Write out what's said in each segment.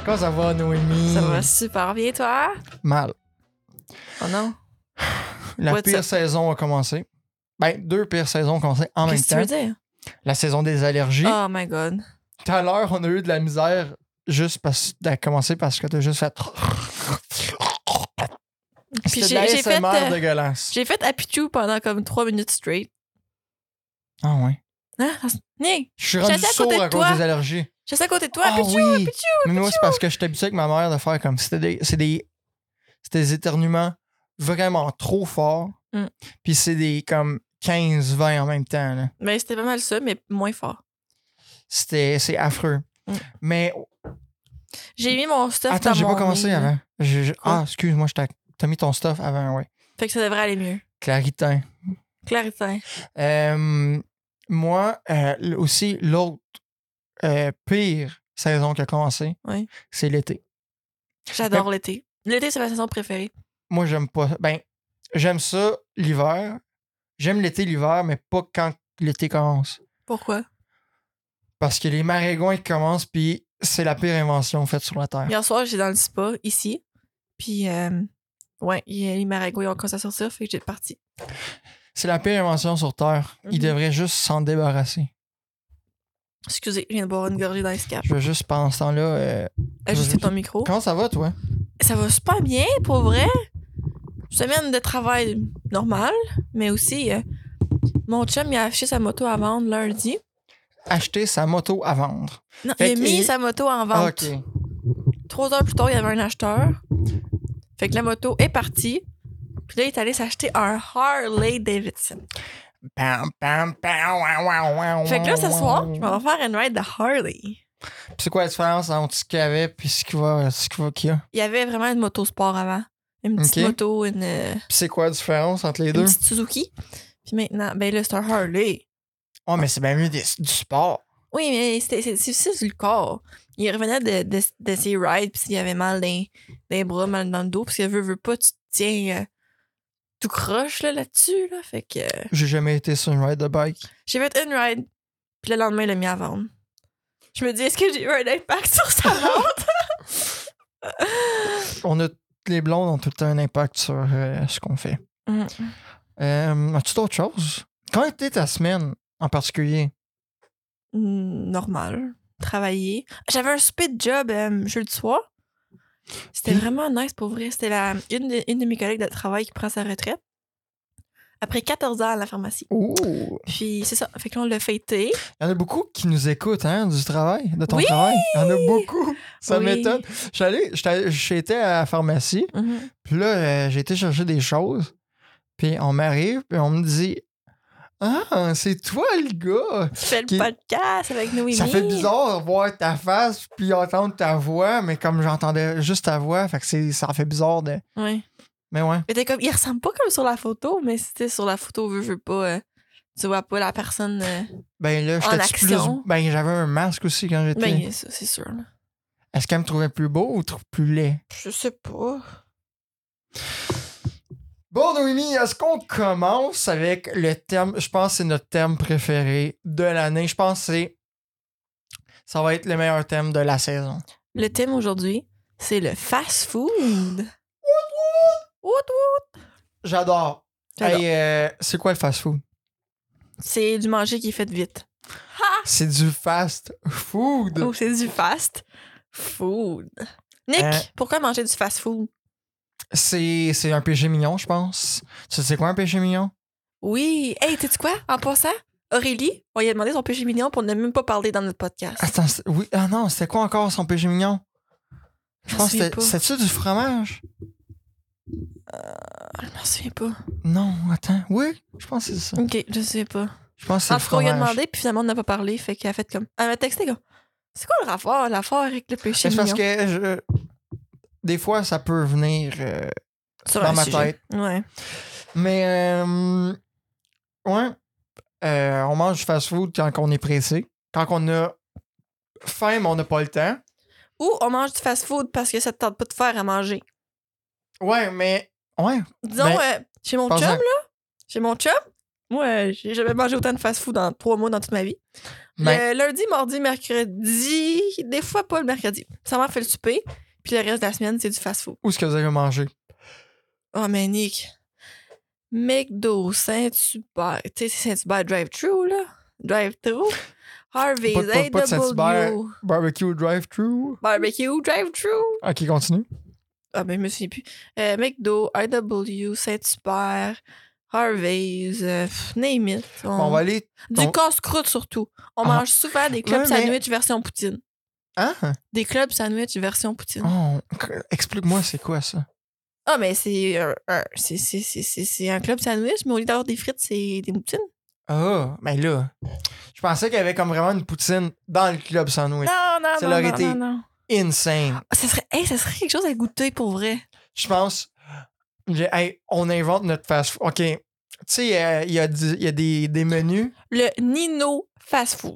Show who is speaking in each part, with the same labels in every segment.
Speaker 1: Comment ça va, Noémie?
Speaker 2: Ça va super bien, toi?
Speaker 1: Mal.
Speaker 2: Oh non?
Speaker 1: La
Speaker 2: What's
Speaker 1: pire
Speaker 2: up?
Speaker 1: saison a commencé. Ben, deux pires saisons ont commencé en même
Speaker 2: Qu'est-ce que tu
Speaker 1: temps.
Speaker 2: veux dire?
Speaker 1: La saison des allergies.
Speaker 2: Oh my god.
Speaker 1: Tout à l'heure, on a eu de la misère juste d'à commencer parce que t'as juste fait...
Speaker 2: Puis
Speaker 1: C'était de la
Speaker 2: j'ai fait,
Speaker 1: ASMR dégueulasse.
Speaker 2: J'ai fait Apichou pendant comme 3 minutes straight.
Speaker 1: Ah ouais.
Speaker 2: Hein? Nick,
Speaker 1: Je suis rendu
Speaker 2: J'étais à
Speaker 1: sourd
Speaker 2: côté de
Speaker 1: à cause
Speaker 2: toi.
Speaker 1: des allergies.
Speaker 2: je suis à côté de toi.
Speaker 1: Ah
Speaker 2: Apichou,
Speaker 1: oui.
Speaker 2: Apichou.
Speaker 1: Mais moi, c'est parce que je suis habitué avec ma mère de faire comme... C'était des éternuements vraiment trop forts.
Speaker 2: Mm.
Speaker 1: Puis c'est des comme 15-20 en même temps, là.
Speaker 2: Ben, c'était pas mal ça, mais moins fort.
Speaker 1: C'est affreux.
Speaker 2: Mm.
Speaker 1: Mais
Speaker 2: J'ai mis mon stuff
Speaker 1: attends,
Speaker 2: dans
Speaker 1: j'ai
Speaker 2: mon
Speaker 1: pas commencé
Speaker 2: nez, là.
Speaker 1: avant.
Speaker 2: Quoi?
Speaker 1: Excuse-moi, t'as mis ton stuff avant, ouais.
Speaker 2: Fait que ça devrait aller mieux.
Speaker 1: Claritin.
Speaker 2: Claritin.
Speaker 1: Moi, aussi, l'autre pire saison qui a commencé,
Speaker 2: Oui.
Speaker 1: c'est l'été.
Speaker 2: J'adore l'été. L'été, c'est ma saison préférée.
Speaker 1: Moi, j'aime pas. Ben, j'aime ça l'hiver. J'aime l'été, l'hiver, mais pas quand l'été commence.
Speaker 2: Pourquoi?
Speaker 1: Parce que les maringouins commencent, puis c'est la pire invention faite sur la Terre.
Speaker 2: Hier soir, j'étais dans le spa, ici. Puis, ouais, les maragouilles ont commencé à sortir, fait que j'étais partie.
Speaker 1: C'est la pire invention sur Terre. Ils
Speaker 2: Mhm.
Speaker 1: devraient juste s'en débarrasser.
Speaker 2: Excusez, je viens de boire une gorgée d'ice cap.
Speaker 1: Je veux juste, pendant ce temps-là...
Speaker 2: Ajuster ton micro.
Speaker 1: Comment ça va, toi?
Speaker 2: Ça va super bien, pour vrai. Semaine de travail normale, mais aussi, mon chum, il a acheté sa moto à vendre lundi.
Speaker 1: Acheter sa moto à vendre.
Speaker 2: Non,
Speaker 1: Fait
Speaker 2: il a mis
Speaker 1: qu'il-
Speaker 2: sa moto en vente.
Speaker 1: OK.
Speaker 2: 3 heures plus tard, il y avait un acheteur. Fait que la moto est partie. Puis là, il est allé s'acheter un Harley Davidson.
Speaker 1: Pam, pam, pam, wow, wow, wow,
Speaker 2: Fait que là, ce
Speaker 1: wow,
Speaker 2: soir,
Speaker 1: wow.
Speaker 2: je m'en vais faire une ride de Harley.
Speaker 1: Puis c'est quoi la différence entre ce qu'il y avait puis ce qu'il y a?
Speaker 2: Il y avait vraiment une moto sport avant. Une petite
Speaker 1: Ok.
Speaker 2: moto, une
Speaker 1: Puis c'est quoi la différence entre les deux?
Speaker 2: petite Suzuki. Puis maintenant, ben là, c'est un Harley.
Speaker 1: Oh, mais c'est bien mieux du sport.
Speaker 2: Oui, mais c'est sur le corps. Il revenait de ses rides, puis il avait mal dans les bras, mal dans le dos, parce que veut pas, tu te tiens tout croche là-dessus. Là, fait que
Speaker 1: J'ai jamais été sur une ride de bike.
Speaker 2: j'ai fait une ride, puis le lendemain, il l'a mis à vendre. Je me dis, est-ce que j'ai eu un impact sur sa vente?
Speaker 1: Les blondes ont tout le temps un impact sur ce qu'on fait. As-tu d'autres choses? Quand était ta semaine en particulier?
Speaker 2: Normal. Travailler. J'avais un speed job jeudi soir. C'était
Speaker 1: Puis?
Speaker 2: vraiment nice pour vrai. C'était une de mes collègues de travail qui prend sa retraite. Après 14 ans à la pharmacie.
Speaker 1: Ouh!
Speaker 2: Puis c'est ça. Fait que là, on l'a fêté.
Speaker 1: Il y en a beaucoup qui nous écoutent, hein, de ton
Speaker 2: Oui!
Speaker 1: travail. Il y en a beaucoup. Ça
Speaker 2: Oui.
Speaker 1: m'étonne. J'étais à la pharmacie,
Speaker 2: Mhm.
Speaker 1: puis là, j'ai été chercher des choses, puis on m'arrive, puis on me dit « Ah, c'est toi, le gars!
Speaker 2: Tu fais le
Speaker 1: Qui-
Speaker 2: podcast avec Noémie. »
Speaker 1: Ça fait bizarre de voir ta face, puis entendre ta voix, mais comme j'entendais juste ta voix, fait que ça fait bizarre de...
Speaker 2: Oui.
Speaker 1: Mais ouais.
Speaker 2: Mais t'es comme, il ressemble pas comme sur la photo, mais c'était sur la photo, veux pas. Tu vois pas la personne.
Speaker 1: Ben là,
Speaker 2: En
Speaker 1: j'étais plus...
Speaker 2: action.
Speaker 1: Ben, j'avais un masque aussi quand j'étais...
Speaker 2: Ben, ça, c'est sûr. Là.
Speaker 1: Est-ce qu'elle me trouvait plus beau ou plus laid?
Speaker 2: Je sais pas.
Speaker 1: Bon, Noémie, est-ce qu'on commence avec le thème? Je pense que c'est notre thème préféré de l'année. Je pense que ça va être le meilleur thème de la saison.
Speaker 2: Le thème aujourd'hui, c'est le fast-food.
Speaker 1: J'adore.
Speaker 2: J'adore.
Speaker 1: Hey, c'est quoi le fast-food?
Speaker 2: C'est du manger qui est fait vite.
Speaker 1: C'est du fast-food.
Speaker 2: Ou c'est du fast-food. Nick, pourquoi manger du fast-food?
Speaker 1: C'est un péché mignon, je pense. Tu sais quoi un péché mignon?
Speaker 2: Oui. Hey, sais-tu quoi? En passant, Aurélie, on lui a demandé son péché mignon pour ne même pas parler dans notre podcast.
Speaker 1: Attends, oui. Ah non, c'était quoi encore son péché mignon? Je pense que
Speaker 2: souviens pas.
Speaker 1: c'était-tu du fromage?
Speaker 2: Je m'en souviens pas.
Speaker 1: Non, attends. Oui, je pense que c'est ça.
Speaker 2: Ok, je sais pas.
Speaker 1: Je pense que c'est
Speaker 2: En
Speaker 1: le
Speaker 2: tout cas, on lui a
Speaker 1: fromage.
Speaker 2: demandé, puis finalement, on n'a pas parlé. Fait qu'elle a fait comme. Elle m'a texté comme. C'est quoi le rapport avec le péché
Speaker 1: Mais c'est
Speaker 2: mignon?
Speaker 1: parce que des fois, ça peut venir
Speaker 2: Sur
Speaker 1: dans
Speaker 2: un
Speaker 1: ma
Speaker 2: sujet.
Speaker 1: tête.
Speaker 2: Ouais.
Speaker 1: Mais, ouais, on mange du fast-food quand on est pressé. Quand on a faim, mais on n'a pas le temps.
Speaker 2: Ou on mange du fast-food parce que ça te tente pas de faire à manger.
Speaker 1: Ouais, mais, ouais.
Speaker 2: Disons,
Speaker 1: Ben,
Speaker 2: chez mon
Speaker 1: par
Speaker 2: chum,
Speaker 1: exemple-
Speaker 2: là, chez mon chum, Moi, j'ai jamais mangé autant de fast-food dans 3 mois dans toute ma vie.
Speaker 1: Ben-
Speaker 2: Le lundi, mardi, mercredi, des fois pas le mercredi. Ça m'a fait le souper, puis le reste de la semaine, c'est du fast-food.
Speaker 1: Où est-ce que vous avez mangé?
Speaker 2: Oh, mais Nick. McDo, Saint-Hubert. Tu sais, c'est Saint-Hubert drive-thru, là. Drive-thru. Harvey's,
Speaker 1: Pas de Saint-Hubert.
Speaker 2: AW.
Speaker 1: Barbecue drive-thru.
Speaker 2: Barbecue, drive-thru.
Speaker 1: Ok, continue.
Speaker 2: Ah, ben, je me souviens plus. McDo, IW, Saint-Hubert, Harvey's, name it.
Speaker 1: On va aller.
Speaker 2: Du casse-croûte, surtout. On mange souvent des clubs
Speaker 1: Ouais, mais-
Speaker 2: sandwich version poutine.
Speaker 1: Hein?
Speaker 2: Des clubs sandwich version poutine.
Speaker 1: Oh, explique-moi, c'est quoi ça?
Speaker 2: Ah, mais c'est un club sandwich, mais au lieu d'avoir des frites, c'est des poutines.
Speaker 1: Ah, mais là, je pensais qu'il y avait comme vraiment une poutine dans le club sandwich.
Speaker 2: Non, non,
Speaker 1: Ça
Speaker 2: non,
Speaker 1: aurait
Speaker 2: non,
Speaker 1: été
Speaker 2: non, non.
Speaker 1: insane.
Speaker 2: Ça serait quelque chose à goûter pour vrai.
Speaker 1: Je pense, on invente notre fast-food. OK, tu sais, il y a des menus.
Speaker 2: Le Nino Fast Food.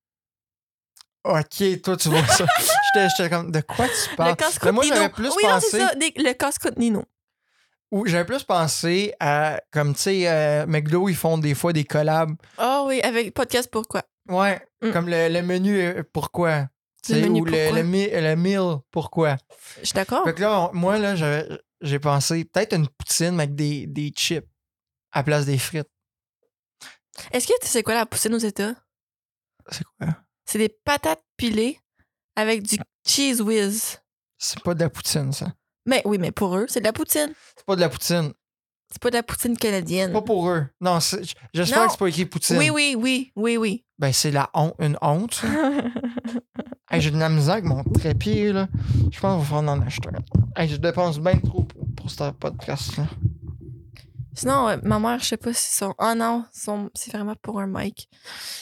Speaker 1: OK, toi, tu vois ça. J'étais comme, de quoi tu parles?
Speaker 2: Le casse-croûte
Speaker 1: Mais moi,
Speaker 2: Nino.
Speaker 1: j'avais plus
Speaker 2: Oui, non, c'est
Speaker 1: pensé...
Speaker 2: ça. Le casse-croûte Nino.
Speaker 1: Ou j'avais plus pensé à, comme, tu sais, McDo, ils font des fois des collabs.
Speaker 2: Ah oui, avec podcast Pourquoi.
Speaker 1: Ouais, comme le menu pourquoi. Tu sais,
Speaker 2: menu
Speaker 1: ou
Speaker 2: pourquoi.
Speaker 1: le meal pourquoi.
Speaker 2: Je suis d'accord.
Speaker 1: Fait que là, moi, là, j'ai pensé peut-être une poutine avec des chips à la place des frites.
Speaker 2: Est-ce que tu sais quoi la poutine aux États?
Speaker 1: C'est quoi?
Speaker 2: C'est des patates pilées avec du cheese whiz.
Speaker 1: C'est pas de la poutine, ça.
Speaker 2: Mais oui, mais pour eux, c'est de la poutine.
Speaker 1: C'est pas de la poutine.
Speaker 2: C'est pas de la poutine canadienne.
Speaker 1: Pas pour eux. Non, j'espère
Speaker 2: Non.
Speaker 1: que c'est pas écrit poutine.
Speaker 2: Oui.
Speaker 1: Ben, c'est une honte, ça. Hey, j'ai de la misère avec mon trépied, là. Je pense qu'il va falloir en acheter un. Hey, je dépense bien trop pour ce podcast-là.
Speaker 2: Sinon, ma mère, je sais pas si son. Oh non, c'est vraiment pour un mic.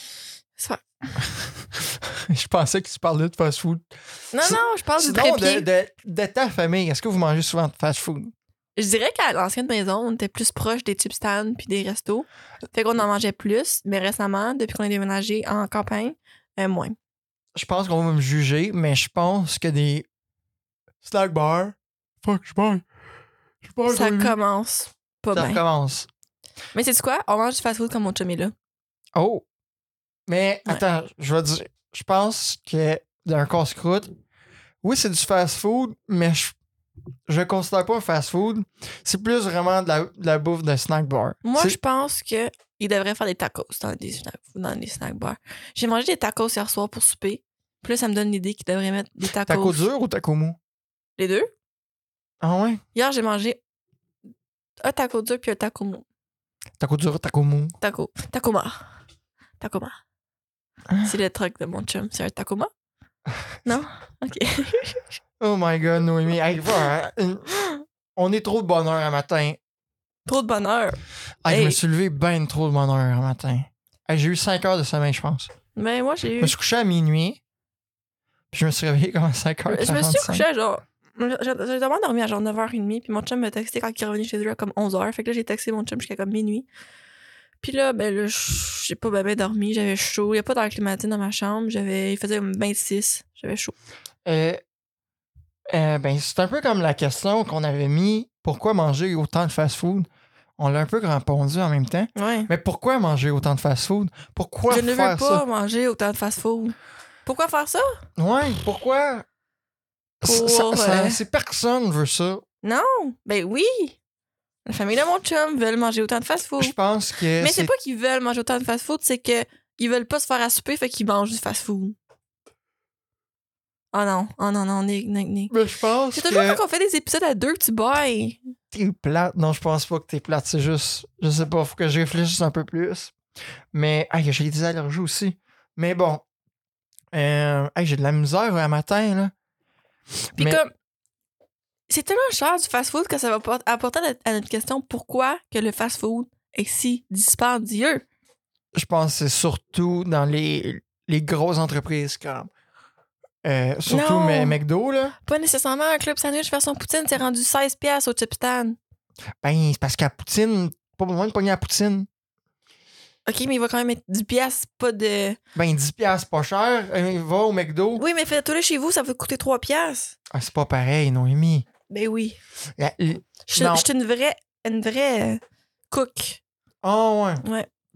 Speaker 1: Je pensais que tu parlais de fast-food.
Speaker 2: Non, je parle du
Speaker 1: Sinon,
Speaker 2: trépied.
Speaker 1: de ta famille, est-ce que vous mangez souvent de fast-food?
Speaker 2: Je dirais qu'à l'ancienne maison, on était plus proche des chip stands puis des restos. Fait qu'on en mangeait plus, mais récemment, depuis qu'on a déménagé en campagne, moins.
Speaker 1: Je pense qu'on va me juger, mais je pense que des snack bars. Fuck, je parle.
Speaker 2: Ça commence pas
Speaker 1: Ça
Speaker 2: bien.
Speaker 1: recommence.
Speaker 2: Mais c'est quoi? On mange du fast-food comme mon chum est là.
Speaker 1: Oh! Mais
Speaker 2: Ouais.
Speaker 1: attends, je vais dire. Je pense que d'un casse-croûte, oui, c'est du fast-food, mais je considère pas un fast-food. C'est plus vraiment de la bouffe de snack bar.
Speaker 2: Moi,
Speaker 1: C'est-
Speaker 2: je pense qu'il devrait faire des tacos dans les snack bars. J'ai mangé des tacos hier soir pour souper. Puis là, ça me donne l'idée qu'il devrait mettre des tacos.
Speaker 1: Taco dur ou taco mou?
Speaker 2: Les deux.
Speaker 1: Ah ouais?
Speaker 2: Hier, j'ai mangé un taco dur puis un taco mou.
Speaker 1: Taco dur ou taco mou?
Speaker 2: Tacoma.
Speaker 1: Hein?
Speaker 2: C'est le truc de mon chum. C'est un Tacoma? Non? OK.
Speaker 1: Oh my god, Noémie. Hey, on est trop de bonheur un matin.
Speaker 2: Trop de bonheur.
Speaker 1: Hey, je me
Speaker 2: Hey.
Speaker 1: suis levé ben trop de bonheur un matin. Hey, j'ai eu 5 heures de sommeil, je pense.
Speaker 2: Mais moi, j'ai
Speaker 1: Je
Speaker 2: eu.
Speaker 1: me suis couché à minuit. Puis je me suis réveillé comme à 5h45.
Speaker 2: Je me suis couché à genre. J'ai d'abord dormi à genre 9h30, puis mon chum m'a texté quand il est revenu chez lui à comme 11h. Fait que là, j'ai texté mon chum jusqu'à comme minuit. Puis là, ben là, j'ai pas bien dormi, j'avais chaud. Il y a pas d'air climatisé dans ma chambre. Il faisait comme 26. J'avais chaud.
Speaker 1: Ben, c'est un peu comme la question qu'on avait mis pourquoi manger autant de fast-food? On l'a un peu répondu en même temps.
Speaker 2: Ouais.
Speaker 1: Mais pourquoi manger autant de fast-food? Pourquoi
Speaker 2: Je ne veux
Speaker 1: faire
Speaker 2: pas
Speaker 1: ça?
Speaker 2: manger autant de fast-food. Pourquoi faire ça?
Speaker 1: Ouais, pourquoi? C'est personne veut ça.
Speaker 2: Non. Ben oui. La famille de mon chum veulent manger autant de fast-food.
Speaker 1: Je pense que
Speaker 2: Mais c'est pas qu'ils veulent manger autant de fast-food, c'est que ils veulent pas se faire à souper, fait qu'ils mangent du fast-food. Oh non, Nick.
Speaker 1: Mais je pense
Speaker 2: C'est toujours
Speaker 1: que
Speaker 2: quand on fait des épisodes à deux que tu bailles.
Speaker 1: t'es plate. Non, je pense pas que t'es plate. C'est juste, je sais pas, faut que je réfléchisse un peu plus. Mais, j'ai des allergies aussi. Mais bon, j'ai de la misère un matin, là.
Speaker 2: Puis
Speaker 1: Mais-
Speaker 2: comme, c'est tellement cher du fast-food que ça va pas apporter à notre question pourquoi que le fast-food est si dispendieux.
Speaker 1: Je pense que c'est surtout dans les grosses entreprises comme surtout
Speaker 2: Non.
Speaker 1: McDo, là.
Speaker 2: Pas nécessairement un club sandwich version poutine, c'est rendu 16$ au chip stand.
Speaker 1: Ben, c'est parce qu'à Poutine, pas besoin de pogner à Poutine.
Speaker 2: OK, mais il va quand même mettre 10$, pas de...
Speaker 1: Ben, 10$ pas cher. Va au McDo.
Speaker 2: Oui, mais faites-le chez vous, ça va coûter 3$.
Speaker 1: Ah, c'est pas pareil, Noémie.
Speaker 2: Ben oui.
Speaker 1: La-
Speaker 2: Je
Speaker 1: Non.
Speaker 2: suis une vraie cook.
Speaker 1: Ah, ouais.
Speaker 2: Ouais.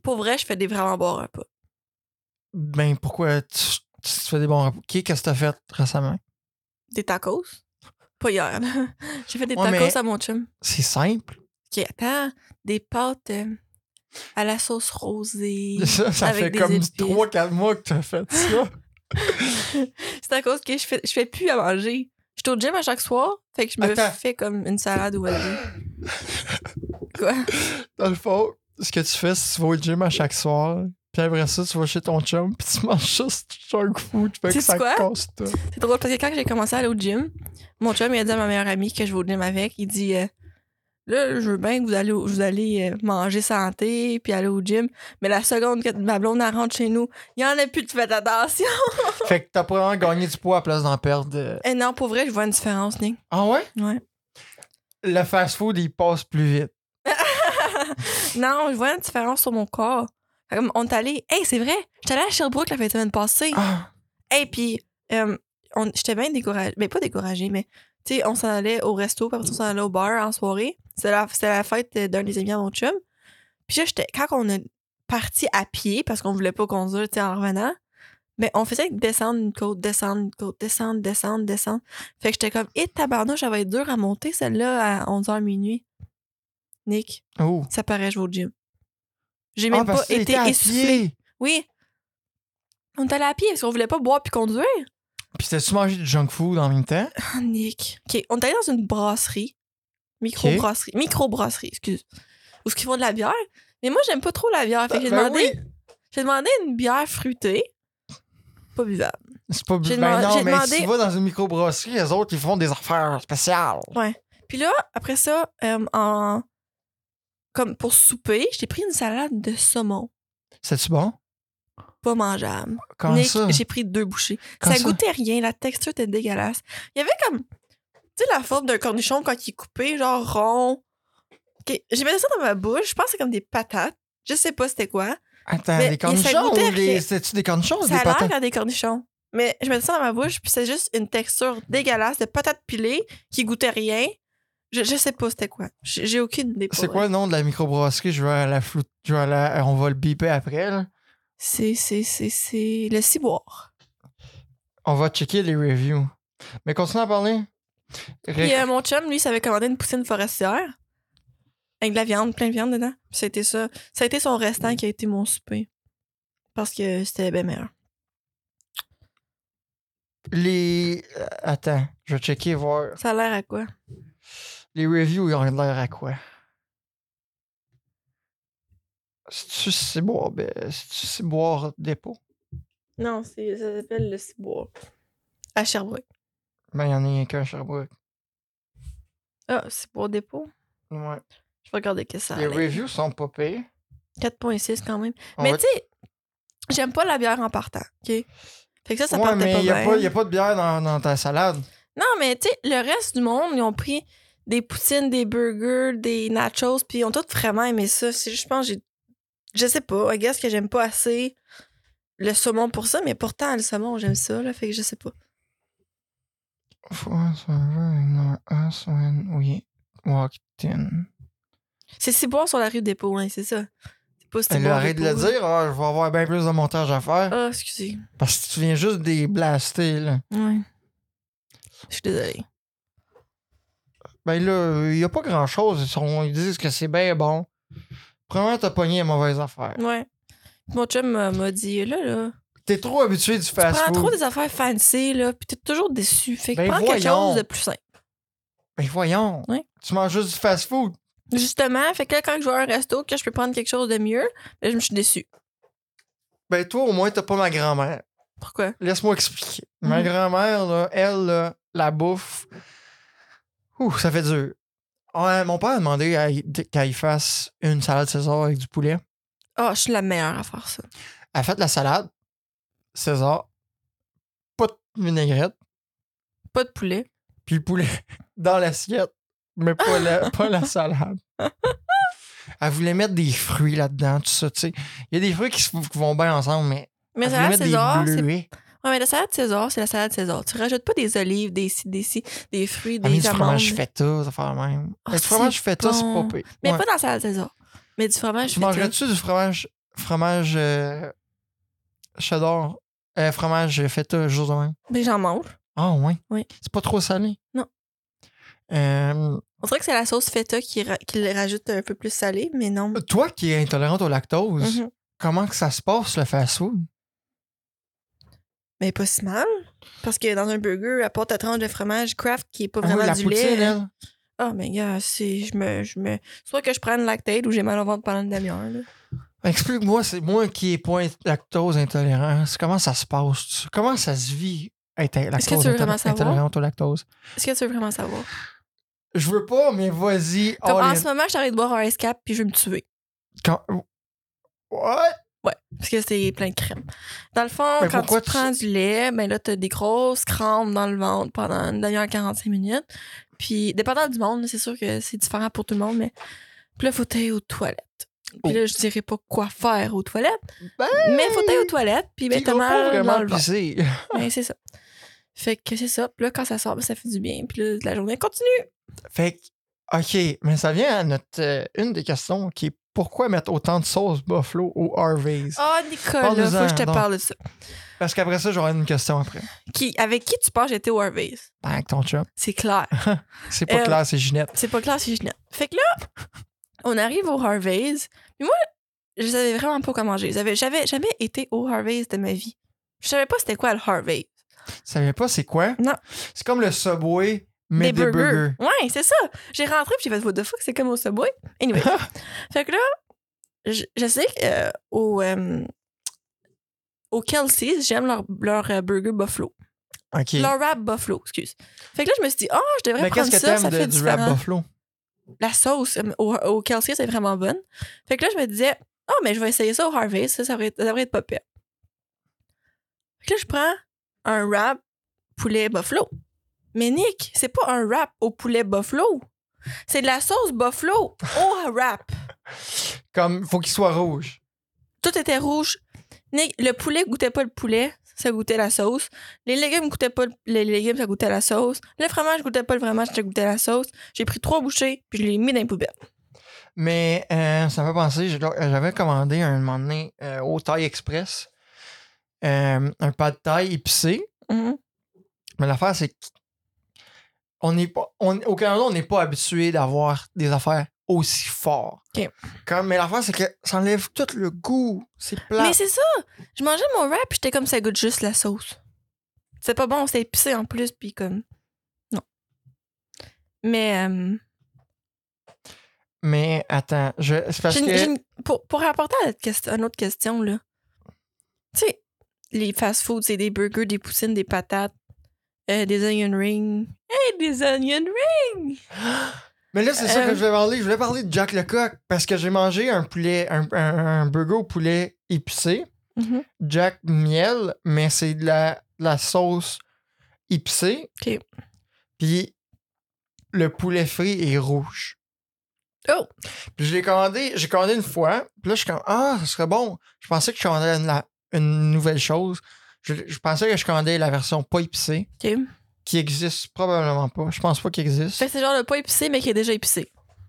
Speaker 2: pour vrai, je fais des vraiment bons repas.
Speaker 1: Ben, pourquoi tu fais des bons repas? Qu'est-ce que t'as fait récemment?
Speaker 2: Des tacos. Pas hier, là. J'ai fait des
Speaker 1: Ouais,
Speaker 2: tacos
Speaker 1: mais-
Speaker 2: à mon chum.
Speaker 1: C'est simple.
Speaker 2: OK, attends. Des pâtes à la sauce rosée.
Speaker 1: Ça
Speaker 2: avec
Speaker 1: fait
Speaker 2: des
Speaker 1: comme
Speaker 2: épices.
Speaker 1: 3-4 mois que t'as fait ça.
Speaker 2: C'est à cause que je fais plus à manger. Je suis au gym à chaque soir, fait que je me
Speaker 1: Attends.
Speaker 2: fais comme une salade ou whatever. Quoi?
Speaker 1: Dans le fond, ce que tu fais, c'est que tu vas au gym à chaque soir. Puis après ça, tu vas chez ton chum, puis tu manges juste junk food. Fait que
Speaker 2: Sais-tu
Speaker 1: ça
Speaker 2: quoi?
Speaker 1: casse tout.
Speaker 2: C'est drôle parce que quand j'ai commencé à aller au gym, mon chum il a dit à ma meilleure amie que je vais au gym avec, il dit là, je veux bien que vous allez manger santé puis aller au gym, mais la seconde que ma blonde elle rentre chez nous, il y en a plus de faites attention.
Speaker 1: Fait que t'as pas vraiment gagné du poids à place d'en perdre.
Speaker 2: Et non, pour vrai, je vois une différence, Nick.
Speaker 1: Ah ouais?
Speaker 2: Ouais.
Speaker 1: Le fast-food, il passe plus vite.
Speaker 2: Non, je vois une différence sur mon corps. Fait comme, on est allé. Hey, c'est vrai, j'étais allée à Sherbrooke la fin de semaine passée.
Speaker 1: Ah,
Speaker 2: Hey, puis j'étais bien découragée. Ben, pas découragée, mais tu sais, on s'en allait au resto, puis après on s'en allait au bar en soirée. C'était la fête d'un des amis à mon chum. Puis là, quand on est parti à pied, parce qu'on voulait pas conduire, tu sais, en revenant, ben, on faisait descendre une côte, descendre une côte, descendre. Fait que j'étais comme, tabarnouche, ça va être dur à monter, celle-là, à 11h minuit. Nick,
Speaker 1: oh.
Speaker 2: ça paraît, je vais au gym. J'ai même
Speaker 1: parce
Speaker 2: pas
Speaker 1: que
Speaker 2: été
Speaker 1: t'étais à
Speaker 2: essoufflée.
Speaker 1: pied.
Speaker 2: Oui. On est allé à pied parce qu'on voulait pas boire puis conduire.
Speaker 1: Puis t'as-tu mangé du junk food en même temps?
Speaker 2: Ah, Nick. OK, on est allé dans une brasserie. Micro-brasserie, excuse. Où ils font de la bière. Mais moi, j'aime pas trop la bière. Fait que j'ai demandé une bière fruitée. Pas buvable.
Speaker 1: C'est pas
Speaker 2: J'ai
Speaker 1: ben
Speaker 2: demandé-
Speaker 1: non,
Speaker 2: j'ai
Speaker 1: mais
Speaker 2: demandé-
Speaker 1: si tu vas dans une microbrasserie, les autres, ils font des affaires spéciales.
Speaker 2: Ouais. Puis là, après ça, comme pour souper, j'ai pris une salade de saumon.
Speaker 1: C'est-tu bon?
Speaker 2: Pas mangeable.
Speaker 1: Comment
Speaker 2: Nick,
Speaker 1: ça?
Speaker 2: j'ai pris 2 bouchées.
Speaker 1: Comment
Speaker 2: Ça
Speaker 1: ça?
Speaker 2: goûtait rien, la texture était dégueulasse. Il y avait comme, tu sais, la forme d'un cornichon quand il est coupé, genre rond. OK, j'ai mis ça dans ma bouche, je pense que c'est comme des patates. Je sais pas c'était quoi.
Speaker 1: Attends,
Speaker 2: Mais
Speaker 1: des
Speaker 2: ça
Speaker 1: cornichons
Speaker 2: goûtait
Speaker 1: ou
Speaker 2: rien.
Speaker 1: c'était-tu des cornichons ou
Speaker 2: Ça
Speaker 1: des
Speaker 2: a l'air
Speaker 1: patates?
Speaker 2: à des cornichons. Mais je mettais ça dans ma bouche, puis c'est juste une texture dégueulasse de patates pilées qui goûtait rien. Je sais pas c'était quoi. J'ai aucune idée. pour
Speaker 1: C'est
Speaker 2: vrai.
Speaker 1: quoi le nom de la microbrasserie? Je vais à la flou... On va le biper après, là.
Speaker 2: C'est le ciboire.
Speaker 1: On va checker les reviews. Mais continue à parler.
Speaker 2: Puis mon chum, lui, s'avait commandé une poutine forestière avec de la viande, plein de viande dedans. Puis ça a été ça. Ça a été son restant qui a été mon souper. Parce que c'était bien meilleur.
Speaker 1: Attends, je vais checker voir.
Speaker 2: Ça a l'air à quoi?
Speaker 1: Les reviews, ils ont l'air à quoi? C'est-tu Ciboire Dépôt?
Speaker 2: Non, ça s'appelle le ciboire. À Sherbrooke.
Speaker 1: Ben, il y en a rien qu'un à Sherbrooke.
Speaker 2: Ah, ciboire dépôt?
Speaker 1: Ouais.
Speaker 2: Je vais regarder que ça a
Speaker 1: Les
Speaker 2: l'air.
Speaker 1: reviews sont pas pires.
Speaker 2: 4.6 quand même.
Speaker 1: On
Speaker 2: Mais
Speaker 1: va-
Speaker 2: tu sais, j'aime pas la bière en partant, OK? Fait que ça
Speaker 1: Ouais,
Speaker 2: partait
Speaker 1: mais
Speaker 2: pas
Speaker 1: il
Speaker 2: bien.
Speaker 1: n'y a pas de bière dans ta salade.
Speaker 2: Non, mais tu sais, le reste du monde, ils ont pris des poutines, des burgers, des nachos, puis ils ont tous vraiment aimé ça. C'est juste, je pense, je sais pas, I guess que j'aime pas assez le saumon pour ça, mais pourtant, le saumon, j'aime ça, là, fait que je sais pas.
Speaker 1: Oui. Walked in.
Speaker 2: C'est Ciboire sur la rue Dépôt, hein, c'est ça. C'est pas
Speaker 1: Elle
Speaker 2: Ciboire
Speaker 1: arrête de le
Speaker 2: Dépôt, là.
Speaker 1: dire, je vais avoir bien plus de montage à faire.
Speaker 2: Ah, excusez.
Speaker 1: Parce que tu viens juste des blaster, là.
Speaker 2: Ouais. Je suis désolée.
Speaker 1: Ben là, il n'y a pas grand-chose. Ils disent que c'est bien bon. Premièrement, t'as pogné une mauvaise affaire.
Speaker 2: Ouais. Mon chum m'a dit, là,
Speaker 1: T'es trop habitué du
Speaker 2: tu prends
Speaker 1: fast-food.
Speaker 2: trop des affaires fancy, là, pis t'es toujours déçu. Fait que
Speaker 1: Ben
Speaker 2: prends quelque
Speaker 1: voyons.
Speaker 2: chose de plus simple.
Speaker 1: Ben voyons.
Speaker 2: Ouais.
Speaker 1: Tu manges juste du fast-food.
Speaker 2: Justement, fait que là, quand je vais à un resto, que je peux prendre quelque chose de mieux, ben, je me suis déçue.
Speaker 1: Ben toi, au moins, t'as pas ma grand-mère.
Speaker 2: Pourquoi?
Speaker 1: Laisse-moi expliquer. Ma
Speaker 2: Mhm.
Speaker 1: grand-mère, là, elle, là, la bouffe, ça fait dur. Ouais, mon père a demandé qu'elle fasse une salade César avec du poulet.
Speaker 2: Ah, je suis la meilleure à faire ça.
Speaker 1: Elle a fait la salade César, pas de vinaigrette,
Speaker 2: Pas de poulet.
Speaker 1: puis le poulet dans l'assiette, mais pas la salade. Elle voulait mettre des fruits là-dedans, tout ça, tu sais. Il y a des fruits qui vont bien ensemble, mais
Speaker 2: Mais
Speaker 1: elle
Speaker 2: la
Speaker 1: voulait
Speaker 2: salade
Speaker 1: mettre
Speaker 2: César,
Speaker 1: des
Speaker 2: c'est.
Speaker 1: bleuets.
Speaker 2: Ouais, mais la salade César, c'est la salade César. Tu rajoutes pas des olives, des fruits,
Speaker 1: Elle a mis
Speaker 2: des
Speaker 1: du
Speaker 2: amandes.
Speaker 1: fromage feta, ça fait même.
Speaker 2: Ah,
Speaker 1: Mais du fromage
Speaker 2: c'est
Speaker 1: feta, c'est pas
Speaker 2: bon.
Speaker 1: pire.
Speaker 2: Mais
Speaker 1: Ouais.
Speaker 2: pas dans la salade César. Mais du fromage
Speaker 1: Tu
Speaker 2: feta.
Speaker 1: mangerais-tu du fromage fromage cheddar, fromage feta, juste de même.
Speaker 2: Ben, j'en mange.
Speaker 1: Ah, ouais.
Speaker 2: Oui.
Speaker 1: C'est pas trop salé?
Speaker 2: Non. On dirait que c'est la sauce feta qui le rajoute un peu plus salé, mais non.
Speaker 1: Toi qui es intolérante au lactose,
Speaker 2: Mhm.
Speaker 1: comment que ça se passe, le fast-food?
Speaker 2: Mais pas si mal. Parce que dans un burger, à part ta tranche de fromage Kraft qui est pas
Speaker 1: Ah oui,
Speaker 2: vraiment
Speaker 1: la
Speaker 2: du
Speaker 1: poutine,
Speaker 2: lait.
Speaker 1: elle.
Speaker 2: Ah, mais gars, soit que je prenne Lactaid ou j'ai mal au ventre pendant une demi-heure, là.
Speaker 1: Explique-moi, c'est moi qui est pas lactose intolérant. Comment ça se passe? Comment ça se vit être
Speaker 2: Est-ce que tu veux vraiment savoir?
Speaker 1: intolérante au lactose?
Speaker 2: Est-ce que tu veux vraiment savoir?
Speaker 1: Je veux pas, mais vas-y.
Speaker 2: Comme
Speaker 1: all
Speaker 2: en
Speaker 1: in.
Speaker 2: ce moment, je t'arrête de boire un Ice Cap puis je veux me tuer.
Speaker 1: What?
Speaker 2: Ouais, parce que c'est plein de crème. Dans le fond,
Speaker 1: Mais
Speaker 2: quand
Speaker 1: pourquoi
Speaker 2: tu prends du lait, ben là, t'as des grosses crampes dans le ventre pendant une demi-heure, 45 minutes. Puis, dépendant du monde, c'est sûr que c'est différent pour tout le monde, mais puis là, faut aller aux toilettes. Puis là, je dirais pas quoi faire aux toilettes,
Speaker 1: Ben,
Speaker 2: mais faut aller aux toilettes, puis ben,
Speaker 1: il
Speaker 2: t'as
Speaker 1: va pas
Speaker 2: mal
Speaker 1: vraiment
Speaker 2: dans le ventre.
Speaker 1: pisser.
Speaker 2: Ben, c'est ça. Fait que c'est ça. Puis là, quand ça sort, ben, ça fait du bien. Puis là, la journée continue.
Speaker 1: Fait que, OK, mais ça vient à notre une des questions qui est pourquoi mettre autant de sauce buffalo au Harvey's?
Speaker 2: Oh, Nicolas,
Speaker 1: Parle-nous-en,
Speaker 2: faut que je te
Speaker 1: donc.
Speaker 2: parle de ça.
Speaker 1: Parce qu'après ça, j'aurai une question après.
Speaker 2: Avec qui tu penses j'étais au Harvey's?
Speaker 1: Ben, avec ton chum.
Speaker 2: C'est clair.
Speaker 1: C'est pas clair, c'est Ginette.
Speaker 2: C'est pas clair, c'est Ginette. Fait que là, on arrive au Harvey's. Puis moi, je savais vraiment pas quoi manger. J'avais jamais été au Harvey's de ma vie. Je savais pas c'était quoi le Harvey's.
Speaker 1: Tu savais pas c'est quoi?
Speaker 2: Non.
Speaker 1: C'est comme le Subway, mais des burgers.
Speaker 2: Ouais, c'est ça. J'ai rentré puis j'ai fait what the fuck, c'est comme au Subway. Anyway. Fait que là, je sais qu'au Kelsey's, j'aime leur burger buffalo.
Speaker 1: OK.
Speaker 2: Leur wrap buffalo, excuse. Fait que là, je me suis dit, je devrais
Speaker 1: Mais
Speaker 2: prendre
Speaker 1: qu'est-ce que
Speaker 2: ça, ça
Speaker 1: t'aimes
Speaker 2: fait
Speaker 1: du
Speaker 2: différent.
Speaker 1: wrap buffalo?
Speaker 2: La sauce au Kelsey's, c'est vraiment bonne. Fait que là, je me disais, mais je vais essayer ça au Harvey's, ça devrait être pas pire. Fait que là, je prends un wrap poulet buffalo. Mais Nick, c'est pas un wrap au poulet buffalo. C'est de la sauce buffalo au wrap.
Speaker 1: Comme, faut qu'il soit rouge.
Speaker 2: Tout était rouge. Nick, le poulet goûtait pas le poulet, ça goûtait la sauce. Les légumes goûtaient pas les légumes, ça goûtait la sauce. Le fromage goûtait pas le fromage, ça goûtait la sauce. J'ai pris 3 bouchées, puis je l'ai mis dans les poubelles.
Speaker 1: Mais ça me fait penser, j'avais commandé un moment donné au Thai Express un pad Thai épicé.
Speaker 2: Mhm.
Speaker 1: Mais l'affaire, c'est qu'au Canada, on n'est pas habitué d'avoir des affaires aussi fortes.
Speaker 2: OK.
Speaker 1: Mais l'affaire, c'est que ça enlève tout le goût. C'est plat.
Speaker 2: Mais c'est ça! Je mangeais mon wrap, puis j'étais comme ça goûte juste la sauce. C'est pas bon, c'est épicé en plus, puis comme... Non.
Speaker 1: Mais attends, c'est parce que...
Speaker 2: Pour rapporter à une autre question, là. Tu sais, les fast-foods, c'est des burgers, des poutines, des patates, des onion rings. Hey, des onion rings!
Speaker 1: Mais là, c'est ça que je voulais parler. Je voulais parler de Jack Lecoq parce que j'ai mangé un poulet, un burger au poulet épicé.
Speaker 2: Mm-hmm.
Speaker 1: Jack miel, mais c'est de la sauce épicée.
Speaker 2: OK.
Speaker 1: Puis le poulet frit est rouge.
Speaker 2: Oh!
Speaker 1: Puis j'ai commandé une fois. Puis là, je suis comme, ça serait bon. Je pensais que je commandais une nouvelle chose. Je pensais que je commandais la version pas épicée.
Speaker 2: OK.
Speaker 1: Qui existe probablement pas. Je pense pas qu'il existe.
Speaker 2: Fait que c'est genre le pas épicé, mais qui est déjà épicé.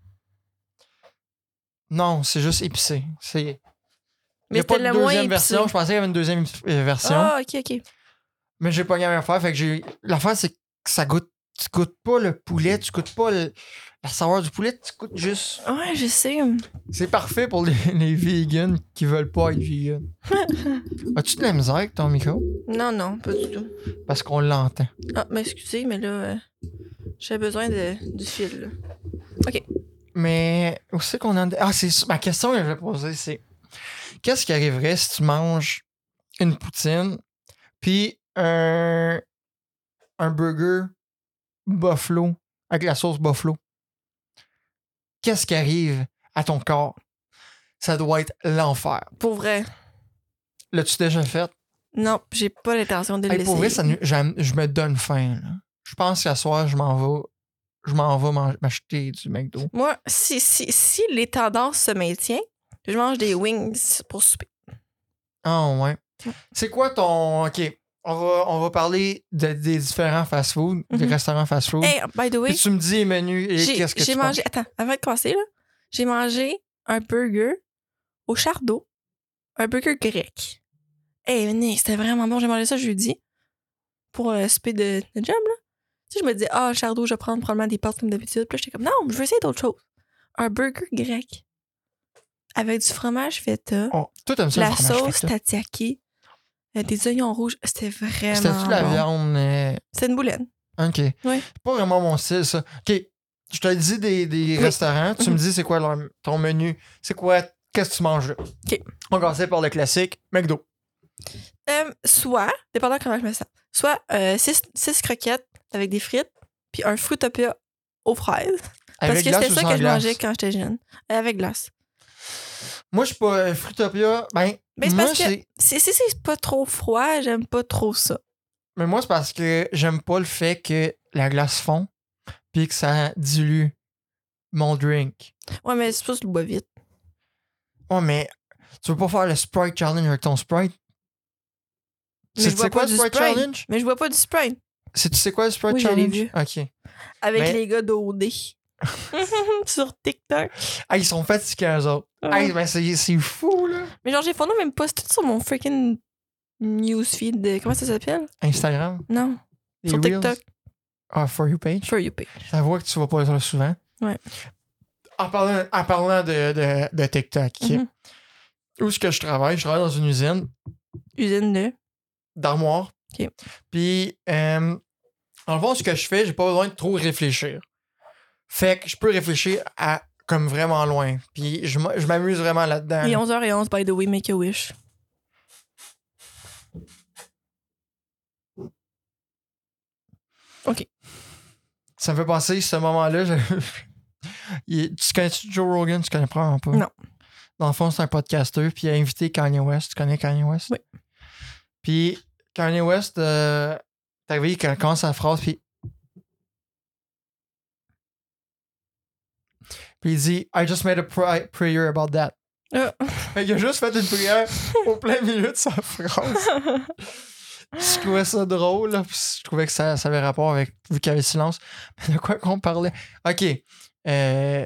Speaker 1: Non, c'est juste épicé. Il n'y
Speaker 2: Mais
Speaker 1: a pas
Speaker 2: c'était
Speaker 1: de
Speaker 2: le moins
Speaker 1: deuxième
Speaker 2: épicé.
Speaker 1: version. Je pensais qu'il y avait une deuxième version.
Speaker 2: Ah, OK.
Speaker 1: Mais j'ai pas gagné à faire. Fait que l'affaire, c'est que ça goûte. Tu goûtes pas le poulet, tu goûtes pas la saveur du poulet, tu goûtes juste.
Speaker 2: Ouais, je sais.
Speaker 1: C'est parfait pour les vegans qui veulent pas être vegans. As-tu de la misère avec ton micro?
Speaker 2: Non, pas du tout.
Speaker 1: Parce qu'on l'entend.
Speaker 2: Ah, mais excusez, mais là, j'ai besoin du fil, là. OK.
Speaker 1: Mais où c'est qu'on en... Ah, c'est ma question que je vais poser, c'est qu'est-ce qui arriverait si tu manges une poutine puis un burger buffalo avec la sauce buffalo? Qu'est-ce qui arrive à ton corps? Ça doit être l'enfer.
Speaker 2: Pour vrai.
Speaker 1: L'as-tu déjà fait?
Speaker 2: Non, j'ai pas l'intention de le laisser.
Speaker 1: Pour vrai, je me donne faim. Là. Je pense qu'à soir, je m'en vais m'acheter du McDo.
Speaker 2: Moi, si les tendances se maintiennent, je mange des wings pour souper.
Speaker 1: Ah ouais. C'est quoi ton... OK, on va parler des différents fast-food, des restaurants fast-food.
Speaker 2: Hey, by the way,
Speaker 1: Puis tu me dis les menus et qu'est-ce que tu
Speaker 2: j'ai mangé... Attends, avant de commencer, là, j'ai mangé un burger au Chardot un burger grec. Hey, venez, c'était vraiment bon. J'ai mangé ça jeudi pour un souper de job, là. Tu sais, je me disais, Chardot, je vais prendre probablement des pâtes comme d'habitude. Puis là, j'étais comme, non, je veux essayer d'autres choses. Un burger grec avec du fromage feta,
Speaker 1: Oh, toi, t'aimes ça,
Speaker 2: la
Speaker 1: le fromage
Speaker 2: sauce
Speaker 1: feta?
Speaker 2: tataki, des oignons rouges. C'était vraiment
Speaker 1: C'était-tu la
Speaker 2: bon.
Speaker 1: viande?
Speaker 2: C'était une boulette.
Speaker 1: OK.
Speaker 2: Oui.
Speaker 1: C'est pas vraiment mon style, ça. OK. Je te dis des
Speaker 2: Oui.
Speaker 1: restaurants. Tu me dis c'est quoi ton menu. C'est quoi? Qu'est-ce que tu manges là?
Speaker 2: OK.
Speaker 1: On va commencer par le classique. McDo.
Speaker 2: Soit, dépendant comment je me sens, soit 6 croquettes avec des frites, puis un Fruitopia aux fraises. Parce
Speaker 1: Avec
Speaker 2: que
Speaker 1: glace
Speaker 2: c'était
Speaker 1: ou
Speaker 2: ça
Speaker 1: sans
Speaker 2: que je
Speaker 1: glace?
Speaker 2: mangeais quand j'étais jeune. Avec glace.
Speaker 1: Moi, je suis pas Fruitopia.
Speaker 2: Ben, c'est
Speaker 1: moi,
Speaker 2: parce que si c'est pas trop froid, j'aime pas trop ça.
Speaker 1: Mais moi, c'est parce que j'aime pas le fait que la glace fond puis que ça dilue mon drink.
Speaker 2: Ouais, mais c'est pas que je le bois vite.
Speaker 1: Ouais, mais tu veux pas faire le Sprite Challenge avec ton Sprite?
Speaker 2: Mais je
Speaker 1: C'est
Speaker 2: bois
Speaker 1: quoi
Speaker 2: pas
Speaker 1: le
Speaker 2: du
Speaker 1: Sprite
Speaker 2: Sprite.
Speaker 1: Challenge?
Speaker 2: Mais je bois pas du Sprite.
Speaker 1: Tu sais quoi le Sprite
Speaker 2: Oui, je l'ai
Speaker 1: Challenge?
Speaker 2: vu.
Speaker 1: OK.
Speaker 2: Avec
Speaker 1: Mais-
Speaker 2: les gars d'OD. Sur TikTok.
Speaker 1: Ah, ils sont fatigués, eux autres.
Speaker 2: Ouais.
Speaker 1: Ah, ben c'est fou, là.
Speaker 2: Mais genre, j'ai fondé même pas. C'est tout sur mon freaking newsfeed. Comment ça s'appelle?
Speaker 1: Instagram.
Speaker 2: Non.
Speaker 1: Les
Speaker 2: Sur
Speaker 1: Reels.
Speaker 2: TikTok.
Speaker 1: Ah, For You page.
Speaker 2: For You page.
Speaker 1: Ça voit que tu vas pas là souvent.
Speaker 2: Ouais.
Speaker 1: En parlant de TikTok, OK.
Speaker 2: Mhm.
Speaker 1: Où est-ce que je travaille? Je travaille dans une usine
Speaker 2: Usine de.
Speaker 1: d'armoire.
Speaker 2: OK.
Speaker 1: Puis, en le fond, ce que je fais, j'ai pas besoin de trop réfléchir. Fait que je peux réfléchir à comme vraiment loin. Puis, je m'amuse vraiment là-dedans.
Speaker 2: Il est
Speaker 1: là.
Speaker 2: 11h11, by the way, make a wish. OK.
Speaker 1: Ça me fait penser, ce moment-là, tu connais-tu Joe Rogan? Tu connais probablement pas.
Speaker 2: Non.
Speaker 1: Dans le fond, c'est un podcaster, puis il a invité Kanye West. Tu connais Kanye West?
Speaker 2: Oui.
Speaker 1: Puis Kanye West, t'as vu, il commence sa phrase, puis il dit « I just made a prayer about that Fait qu'il a juste fait une prière au plein milieu de sa phrase. Je trouvais ça drôle, là, puis je trouvais que ça avait rapport avec, vu qu'il y avait le silence. Mais de quoi qu'on parlait? OK. Je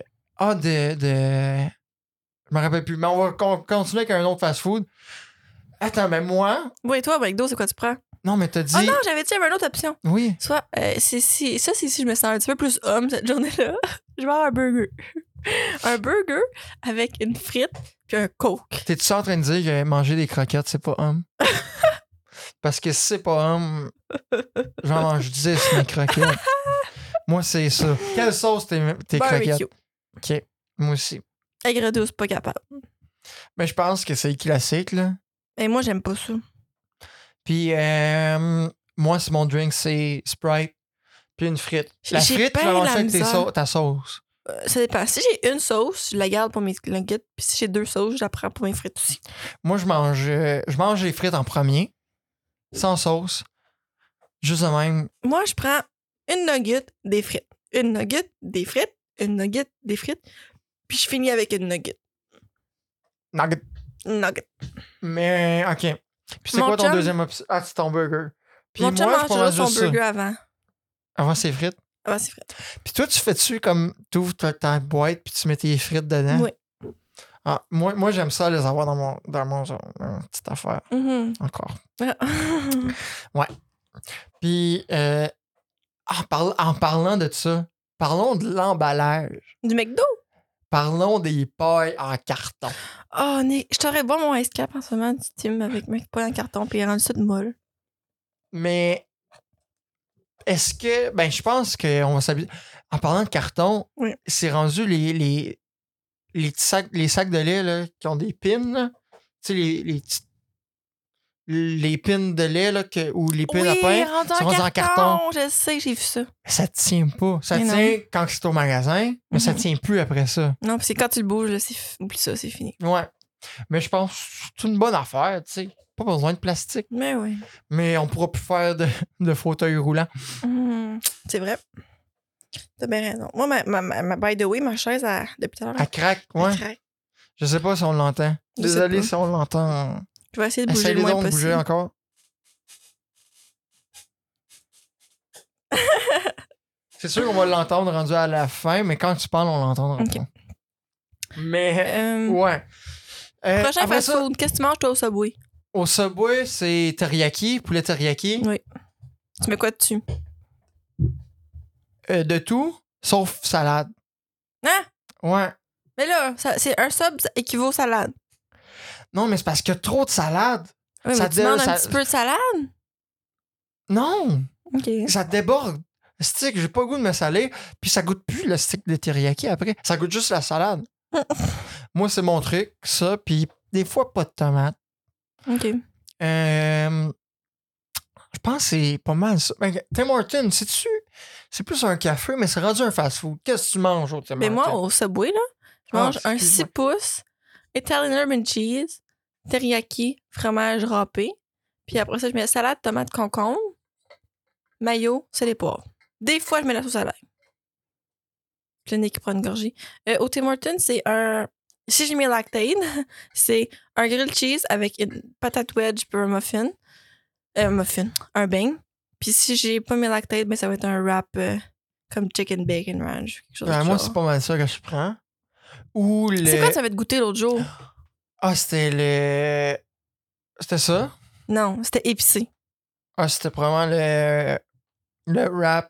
Speaker 1: me rappelle plus. Mais on va continuer avec un autre fast-food. Attends, mais moi...
Speaker 2: Ouais, toi, McDo, c'est quoi tu prends?
Speaker 1: Non, mais t'as dit...
Speaker 2: Oh non, j'avais dit une autre option.
Speaker 1: Oui.
Speaker 2: Soit, c'est si je me sens un petit peu plus homme cette journée-là, je vais avoir un burger. Un burger avec une frite puis un Coke.
Speaker 1: T'es-tu en train de dire que manger des croquettes, c'est pas homme? Parce que si c'est pas homme, j'en mange 10, mes croquettes. Moi, c'est ça. Quelle sauce tes croquettes?
Speaker 2: Barbecue.
Speaker 1: OK. Moi aussi.
Speaker 2: Aigre douce, pas capable.
Speaker 1: Mais je pense que c'est classique, là.
Speaker 2: Et moi, j'aime pas ça.
Speaker 1: Puis, moi, c'est mon drink, c'est Sprite puis une frite. La
Speaker 2: J'ai
Speaker 1: frite, tu
Speaker 2: bien
Speaker 1: vas manger
Speaker 2: la
Speaker 1: avec
Speaker 2: misère.
Speaker 1: ta sauce.
Speaker 2: Ça dépend. Si j'ai une sauce, je la garde pour mes nuggets. Puis si j'ai 2 sauces, je la prends pour mes frites aussi.
Speaker 1: Moi, je mange les frites en premier, sans sauce. Juste de même.
Speaker 2: Moi, je prends une nugget, des frites. Une nugget, des frites. Une nugget, des frites. Puis je finis avec une nugget.
Speaker 1: Nugget.
Speaker 2: Nugget.
Speaker 1: Mais, OK. Puis c'est
Speaker 2: Mon
Speaker 1: quoi ton
Speaker 2: chum-
Speaker 1: deuxième option? Ah, c'est ton burger. Puis
Speaker 2: Mon chum
Speaker 1: moi, je
Speaker 2: mange
Speaker 1: prends
Speaker 2: toujours son
Speaker 1: juste ça.
Speaker 2: burger avant.
Speaker 1: Avant ses frites.
Speaker 2: Avant ses frites.
Speaker 1: Puis toi, tu fais-tu comme t'ouvres ta boîte puis tu mets tes frites dedans?
Speaker 2: Oui.
Speaker 1: Ah, moi j'aime ça les avoir dans mon petite affaire.
Speaker 2: Mhm.
Speaker 1: Encore. Puis en parlant de ça, parlons de l'emballage.
Speaker 2: Du McDo?
Speaker 1: Parlons des pailles en carton.
Speaker 2: Oh, Nick, je t'aurais bon mon ice cap en ce moment, du team avec mes poils en carton, puis il est rendu ça de molle.
Speaker 1: Mais est-ce que. Ben, je pense qu'on va s'habituer. En parlant de carton,
Speaker 2: Oui.
Speaker 1: c'est rendu les petits sacs de lait là, qui ont des pins. Là. Tu sais, les pins de lait là, ou les pins à pain sont rendus en carton.
Speaker 2: Je sais, j'ai vu ça.
Speaker 1: Ça tient pas. Ça
Speaker 2: Mais non.
Speaker 1: tient quand c'est au magasin, mais ça tient plus après ça.
Speaker 2: Non, puis c'est quand tu le bouges, là, oublie ça, c'est fini.
Speaker 1: Ouais. Mais je pense que c'est une bonne affaire, tu sais. Pas besoin de plastique.
Speaker 2: Mais oui.
Speaker 1: Mais on pourra plus faire de fauteuil roulant.
Speaker 2: C'est vrai. T'as bien raison. Moi, by the way, ma chaise, depuis tout à l'heure,
Speaker 1: Elle craque, ouais.
Speaker 2: elle craque.
Speaker 1: Je sais pas si on l'entend.
Speaker 2: Je sais
Speaker 1: Désolé
Speaker 2: pas.
Speaker 1: si on l'entend.
Speaker 2: Je vais essayer de bouger
Speaker 1: Essaye
Speaker 2: le moins
Speaker 1: donc de bouger
Speaker 2: possible.
Speaker 1: encore. C'est sûr qu'on va l'entendre rendu à la fin, mais quand tu parles, on l'entendra
Speaker 2: Ok.
Speaker 1: pas. Mais,
Speaker 2: Euh,
Speaker 1: ouais.
Speaker 2: Prochain
Speaker 1: après ça,
Speaker 2: fast-food. Qu'est-ce que tu manges, toi, au Subway?
Speaker 1: au Subway, c'est teriyaki, poulet teriyaki.
Speaker 2: Oui. Tu mets quoi dessus?
Speaker 1: De tout, sauf salade.
Speaker 2: Hein?
Speaker 1: Ouais.
Speaker 2: Mais là, c'est un sub, ça équivaut salade.
Speaker 1: Non, mais c'est parce qu'il y a trop de salade.
Speaker 2: Oui,
Speaker 1: Ça
Speaker 2: mais tu demandes
Speaker 1: ça-
Speaker 2: un petit peu de salade?
Speaker 1: Non!
Speaker 2: OK.
Speaker 1: Ça déborde. Stick, j'ai pas le goût de me saler. Puis ça goûte plus le stick de teriyaki après. Ça goûte juste la salade. Moi, c'est mon truc, ça. Puis des fois, pas de tomates.
Speaker 2: OK.
Speaker 1: Je pense que c'est pas mal ça. Ben, Tim Hortons, c'est plus un café, mais c'est rendu un fast-food. Qu'est-ce que tu manges au Tim
Speaker 2: Mais moi,
Speaker 1: Hortons?
Speaker 2: au Subway, là, je mange un 6 pouces, Italian Herb and Cheese, teriyaki, fromage râpé. Puis après ça, je mets salade, tomate, concombre, mayo, c'est les poivres. Des fois, je mets la sauce à l'ail. Le nez qui prend une gorgée. Au Tim Hortons, c'est un... Si j'ai mis lactate, c'est un grilled cheese avec une patate wedge pour un muffin. Un bang. Puis si j'ai pas mis lactate, ben ça va être un wrap comme chicken bacon ranch. Quelque chose
Speaker 1: Ben,
Speaker 2: du
Speaker 1: moi,
Speaker 2: genre.
Speaker 1: c'est pas mal ça que je prends. Ou le...
Speaker 2: C'est quoi tu avais goûté l'autre jour?
Speaker 1: Ah, c'était le... C'était ça?
Speaker 2: Non, c'était épicé.
Speaker 1: Ah, c'était probablement le wrap...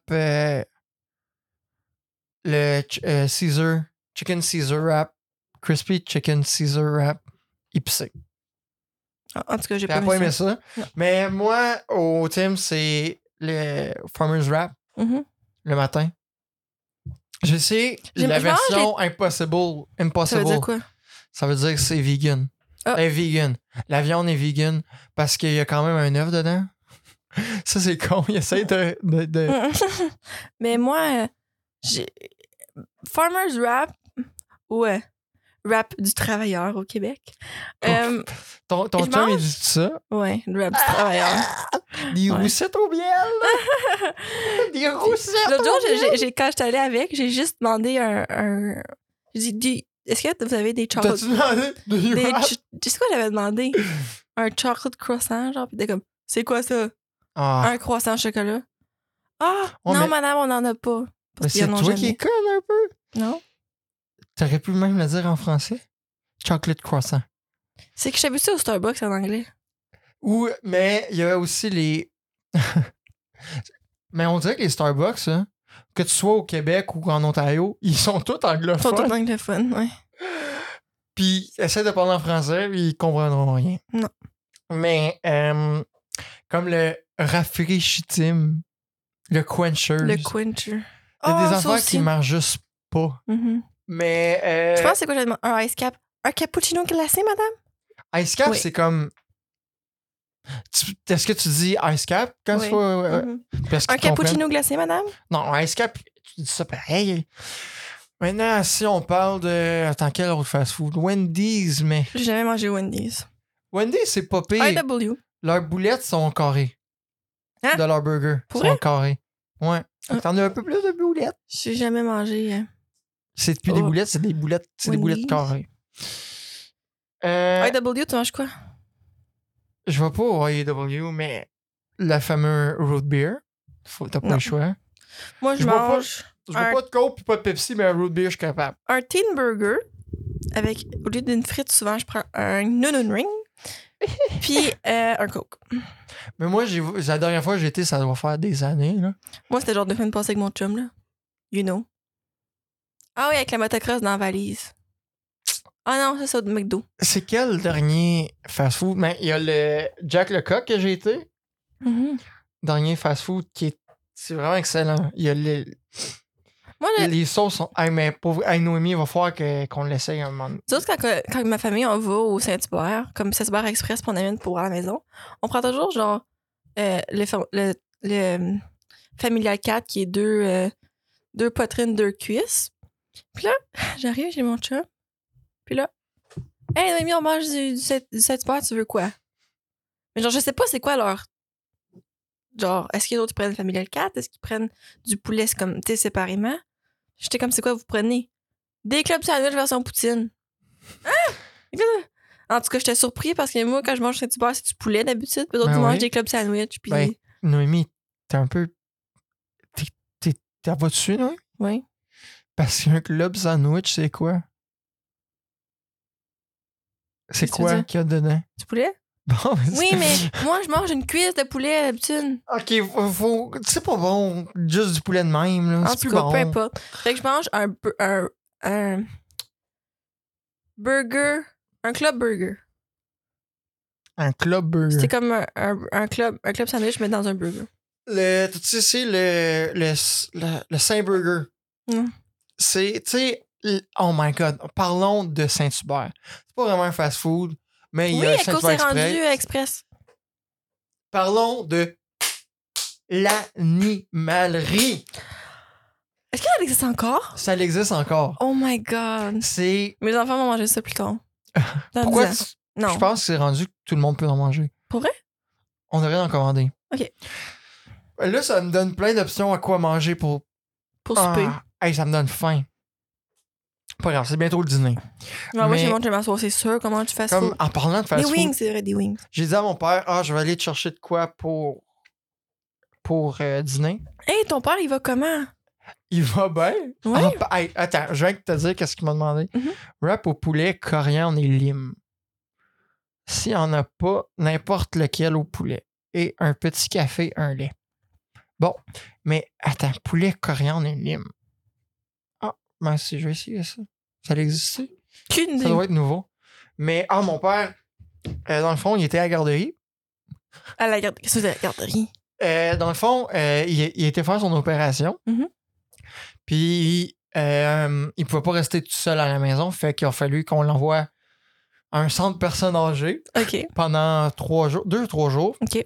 Speaker 1: Caesar... Chicken Caesar wrap. Crispy chicken Caesar wrap. Épicé.
Speaker 2: En tout cas, j'ai
Speaker 1: J'ai
Speaker 2: pas
Speaker 1: pas
Speaker 2: aimé
Speaker 1: aimé
Speaker 2: ça.
Speaker 1: ça.
Speaker 2: Non.
Speaker 1: Mais moi, au Tim, c'est le Farmer's Wrap
Speaker 2: Mhm.
Speaker 1: le matin. J'ai essayé la
Speaker 2: je mange
Speaker 1: version Impossible.
Speaker 2: Ça veut dire quoi?
Speaker 1: Ça veut dire que c'est vegan.
Speaker 2: Ah.
Speaker 1: Elle est vegan. La viande est vegan parce qu'il y a quand même un œuf dedans. Ça, c'est con. Il essaie de...
Speaker 2: Mais moi, j'ai... Farmer's Wrap, ouais. Rap du travailleur au Québec.
Speaker 1: Ton
Speaker 2: je
Speaker 1: chum,
Speaker 2: mange-
Speaker 1: il dit ça?
Speaker 2: Ouais, le rap du travailleur.
Speaker 1: Des
Speaker 2: Ouais.
Speaker 1: roussettes au miel! Des roussettes
Speaker 2: L'autre
Speaker 1: au
Speaker 2: jour,
Speaker 1: miel!
Speaker 2: quand j'étais allée avec, j'ai juste demandé un... J'ai dit, est-ce que vous avez des chocolate...
Speaker 1: T'as-tu demandé de wrap?
Speaker 2: C'est quoi j'avais demandé? Un chocolate croissant, genre, pis t'es comme, c'est quoi ça?
Speaker 1: Ah,
Speaker 2: Un croissant au chocolat? Ah,
Speaker 1: Oh,
Speaker 2: non,
Speaker 1: mais-
Speaker 2: madame, on n'en a pas.
Speaker 1: mais
Speaker 2: Parce qu'ils
Speaker 1: c'est
Speaker 2: en ont
Speaker 1: toi qui
Speaker 2: jamais.
Speaker 1: es conne un peu.
Speaker 2: Non?
Speaker 1: T'aurais pu même le dire en français. Chocolate croissant.
Speaker 2: C'est que je suis habituée au Starbucks en anglais.
Speaker 1: Ou, mais il y a aussi les... mais on dirait que les Starbucks, hein, que tu sois au Québec ou en Ontario, ils sont tous
Speaker 2: Ils sont
Speaker 1: anglophones.
Speaker 2: tout anglophones, ouais.
Speaker 1: Puis essaie de parler en français, puis ils comprendront rien.
Speaker 2: Non.
Speaker 1: Mais comme le rafraîchitime, le quencher,
Speaker 2: Le
Speaker 1: il
Speaker 2: quencher.
Speaker 1: y a des
Speaker 2: ça
Speaker 1: affaires
Speaker 2: aussi.
Speaker 1: qui marchent juste pas.
Speaker 2: Mhm.
Speaker 1: Mais
Speaker 2: Je pense que c'est quoi, j'ai demandé? Un ice cap. Un cappuccino glacé, madame?
Speaker 1: Ice Cap,
Speaker 2: Oui.
Speaker 1: c'est comme... Est-ce que tu dis Ice Cap quand
Speaker 2: Oui.
Speaker 1: tu vas...
Speaker 2: Mhm.
Speaker 1: parce
Speaker 2: Un
Speaker 1: qu'ils comprennent?
Speaker 2: cappuccino glacé, madame?
Speaker 1: Non, Ice Cap, tu dis ça pareil. Maintenant, si on parle de... Attends, quel autre fast-food? Wendy's, mais...
Speaker 2: J'ai jamais mangé Wendy's.
Speaker 1: Wendy's, c'est pas pire.
Speaker 2: IW.
Speaker 1: Leurs boulettes sont carrées.
Speaker 2: Hein?
Speaker 1: De leur burger.
Speaker 2: Pour
Speaker 1: sont
Speaker 2: vrai?
Speaker 1: carrées. Ouais.
Speaker 2: Ah.
Speaker 1: T'en as un peu plus de boulettes.
Speaker 2: J'ai jamais mangé.
Speaker 1: C'est plus des
Speaker 2: Oh.
Speaker 1: boulettes, c'est des boulettes. C'est des boulettes
Speaker 2: Wendy's.
Speaker 1: carrées.
Speaker 2: IW, tu manges quoi?
Speaker 1: Je vais pas au IW, mais la fameuse root beer. T'as pas
Speaker 2: Non.
Speaker 1: le choix.
Speaker 2: Moi, je
Speaker 1: Je bois
Speaker 2: mange
Speaker 1: Je veux pas de Coke et pas de Pepsi, mais un root beer, je suis capable.
Speaker 2: un teen burger avec, au lieu d'une frite, souvent, je prends un onion ring puis un Coke.
Speaker 1: Mais moi, la dernière fois que j'ai été, ça doit faire des années. Là.
Speaker 2: Moi, c'était genre 2 semaines passées avec mon chum, là. You know. Ah oui, avec la motocross dans la valise. Ah non, ça, c'est au McDo.
Speaker 1: C'est quel dernier fast-food? Ben, il y a le Jack Lecoq que j'ai été.
Speaker 2: Mhm.
Speaker 1: Dernier fast-food qui est... C'est vraiment excellent. Il y a
Speaker 2: Moi,
Speaker 1: les sauces sont... Hey, mais pauvre... Hey, Noémie, il va falloir qu'on l'essaye un moment.
Speaker 2: nous autres, quand ma famille, on va au Saint-Hubert, comme Saint-Hubert Express, puis on amène pour à la maison, on prend toujours genre le Familial 4 qui est deux poitrines, 2 cuisses. Puis là, j'arrive, j'ai mon chum. Puis là, hey, Noémie, on mange du Saint-Hubert, tu veux quoi? Mais genre, je sais pas c'est quoi leur. Genre, est-ce qu'il y a d'autres qui prennent le Familial 4? Est-ce qu'ils prennent du poulet comme, tu sais, séparément? J'étais comme, c'est quoi vous prenez? Des clubs sandwich version poutine. Ah! En tout cas, j'étais surpris parce que moi, quand je mange Saint-Hubert, c'est du poulet d'habitude. Puis d'autres,
Speaker 1: Ben
Speaker 2: ils mangent
Speaker 1: oui.
Speaker 2: des clubs sandwich. Puis.
Speaker 1: Ben, Noémie, t'es un peu... T'as pas dessus, non?
Speaker 2: Oui.
Speaker 1: Parce qu'un club sandwich, c'est quoi? C'est
Speaker 2: Qu'est-ce que tu
Speaker 1: quoi
Speaker 2: veux dire?
Speaker 1: qu'il y a dedans?
Speaker 2: Du poulet?
Speaker 1: Bon,
Speaker 2: Oui, mais moi, je mange une cuisse de poulet d'habitude.
Speaker 1: OK, c'est pas bon, juste du poulet de même, là.
Speaker 2: En
Speaker 1: C'est
Speaker 2: tout
Speaker 1: plus
Speaker 2: cas,
Speaker 1: bon.
Speaker 2: peu importe. Fait que je mange un burger, un club burger.
Speaker 1: Un club burger.
Speaker 2: C'est comme un club sandwich, mais dans un burger.
Speaker 1: Tu sais, c'est le Saint-Burger.
Speaker 2: Mm.
Speaker 1: C'est, tu sais, oh my God, parlons de Saint-Hubert. C'est pas vraiment un fast-food, mais il y
Speaker 2: Oui,
Speaker 1: a
Speaker 2: à cause c'est
Speaker 1: Saint-Hubert
Speaker 2: rendu
Speaker 1: Express.
Speaker 2: express.
Speaker 1: Parlons de l'animalerie.
Speaker 2: Est-ce que ça existe encore?
Speaker 1: Ça existe encore.
Speaker 2: Oh my God.
Speaker 1: C'est...
Speaker 2: Mes enfants vont manger ça plus tard. Dans
Speaker 1: Pourquoi
Speaker 2: 10 ans.
Speaker 1: tu-
Speaker 2: Non.
Speaker 1: Je pense que c'est rendu que tout le monde peut en manger.
Speaker 2: Pour vrai?
Speaker 1: On devrait en commander.
Speaker 2: OK.
Speaker 1: Là, ça me donne plein d'options à quoi manger pour...
Speaker 2: Pour souper.
Speaker 1: Hey, ça me donne faim. Pas grave, c'est bientôt le dîner.
Speaker 2: Moi,
Speaker 1: mais-
Speaker 2: chez moi, je vais m'asseoir, c'est sûr. Comment tu fais
Speaker 1: Comme
Speaker 2: food?
Speaker 1: en parlant de
Speaker 2: Des
Speaker 1: fast-food,
Speaker 2: wings, c'est vrai, des wings.
Speaker 1: j'ai dit à mon père, je vais aller te chercher de quoi pour dîner.
Speaker 2: Hey, ton père, il va comment?
Speaker 1: Il va bien.
Speaker 2: Ouais.
Speaker 1: Hey, attends, je viens de te dire qu'est-ce qu'il m'a demandé.
Speaker 2: Mhm.
Speaker 1: Wrap au poulet, coriandre et lime. S'il n'y en a pas, n'importe lequel au poulet. Et un petit café, un lait. Bon, mais attends, poulet, coriandre et lime. Ben si, je vais essayer ça. Ça existe?
Speaker 2: Qu'une
Speaker 1: Ça
Speaker 2: idée.
Speaker 1: doit être nouveau. Mais, mon père, dans le fond, il était à la garderie.
Speaker 2: À la garderie. Qu'est-ce que c'est la garderie?
Speaker 1: Dans le fond, il était faire son opération.
Speaker 2: Mhm.
Speaker 1: Puis, il pouvait pas rester tout seul à la maison. Fait qu'il a fallu qu'on l'envoie à un centre personnes âgées
Speaker 2: OK.
Speaker 1: pendant 2 ou 3 jours.
Speaker 2: OK.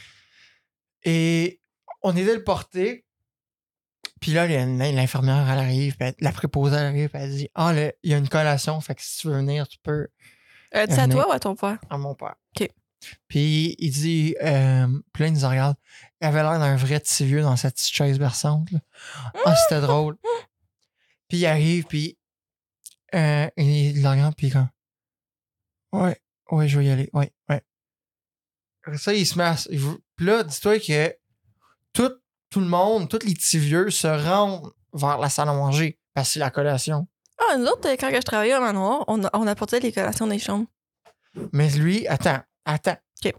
Speaker 1: Et on aidait le porter. Puis là, l'infirmière, elle arrive. La préposée, elle arrive. Elle dit il y a une collation. Fait que si tu veux venir, tu peux.
Speaker 2: C'est à
Speaker 1: Venez.
Speaker 2: toi ou à ton père?
Speaker 1: À mon père.
Speaker 2: OK.
Speaker 1: Puis il dit, puis là, il nous regarde. Il avait l'air d'un vrai petit vieux dans sa petite chaise berçante. Là. C'était drôle. Puis il arrive, puis il le regarde, puis comme, ouais, je vais y aller, ouais. Après ça, il se met à... Puis là, dis-toi que tout le monde, tous les petits vieux se rendent vers la salle à manger parce que c'est la collation.
Speaker 2: Ah, nous autres, quand je travaillais au manoir, on apportait les collations des chambres.
Speaker 1: Mais lui, attends.
Speaker 2: OK.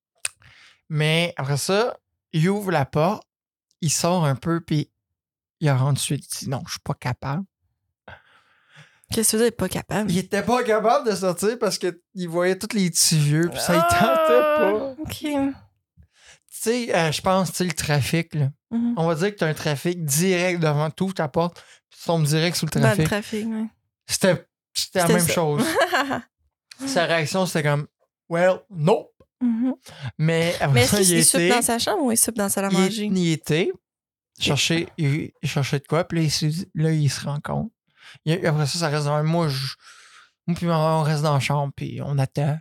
Speaker 1: Mais après ça, il ouvre la porte, il sort un peu, puis il rentre ensuite. Il dit non, je suis pas capable.
Speaker 2: Qu'est-ce que tu veux dire, pas capable?
Speaker 1: Il était pas capable de sortir parce qu'il voyait tous les petits vieux, puis ça, il tentait pas.
Speaker 2: OK.
Speaker 1: Tu sais, je pense, tu sais, le trafic, là.
Speaker 2: Mhm.
Speaker 1: On va dire que t'as un trafic direct devant tout, ta porte, puis tu tombes direct sous le
Speaker 2: Dans
Speaker 1: trafic.
Speaker 2: le trafic, oui.
Speaker 1: C'était la même
Speaker 2: ça.
Speaker 1: chose. Sa réaction, c'était comme, well, no.
Speaker 2: Mhm.
Speaker 1: Mais après
Speaker 2: Mais
Speaker 1: ça,
Speaker 2: est-ce
Speaker 1: il
Speaker 2: qu'il soupe
Speaker 1: était.
Speaker 2: dans sa chambre ou il soupe dans la salle à manger?
Speaker 1: Il était. Il cherchait de quoi, puis là, il se rend compte. Après ça reste dans moi puis on reste dans la chambre, puis on attend.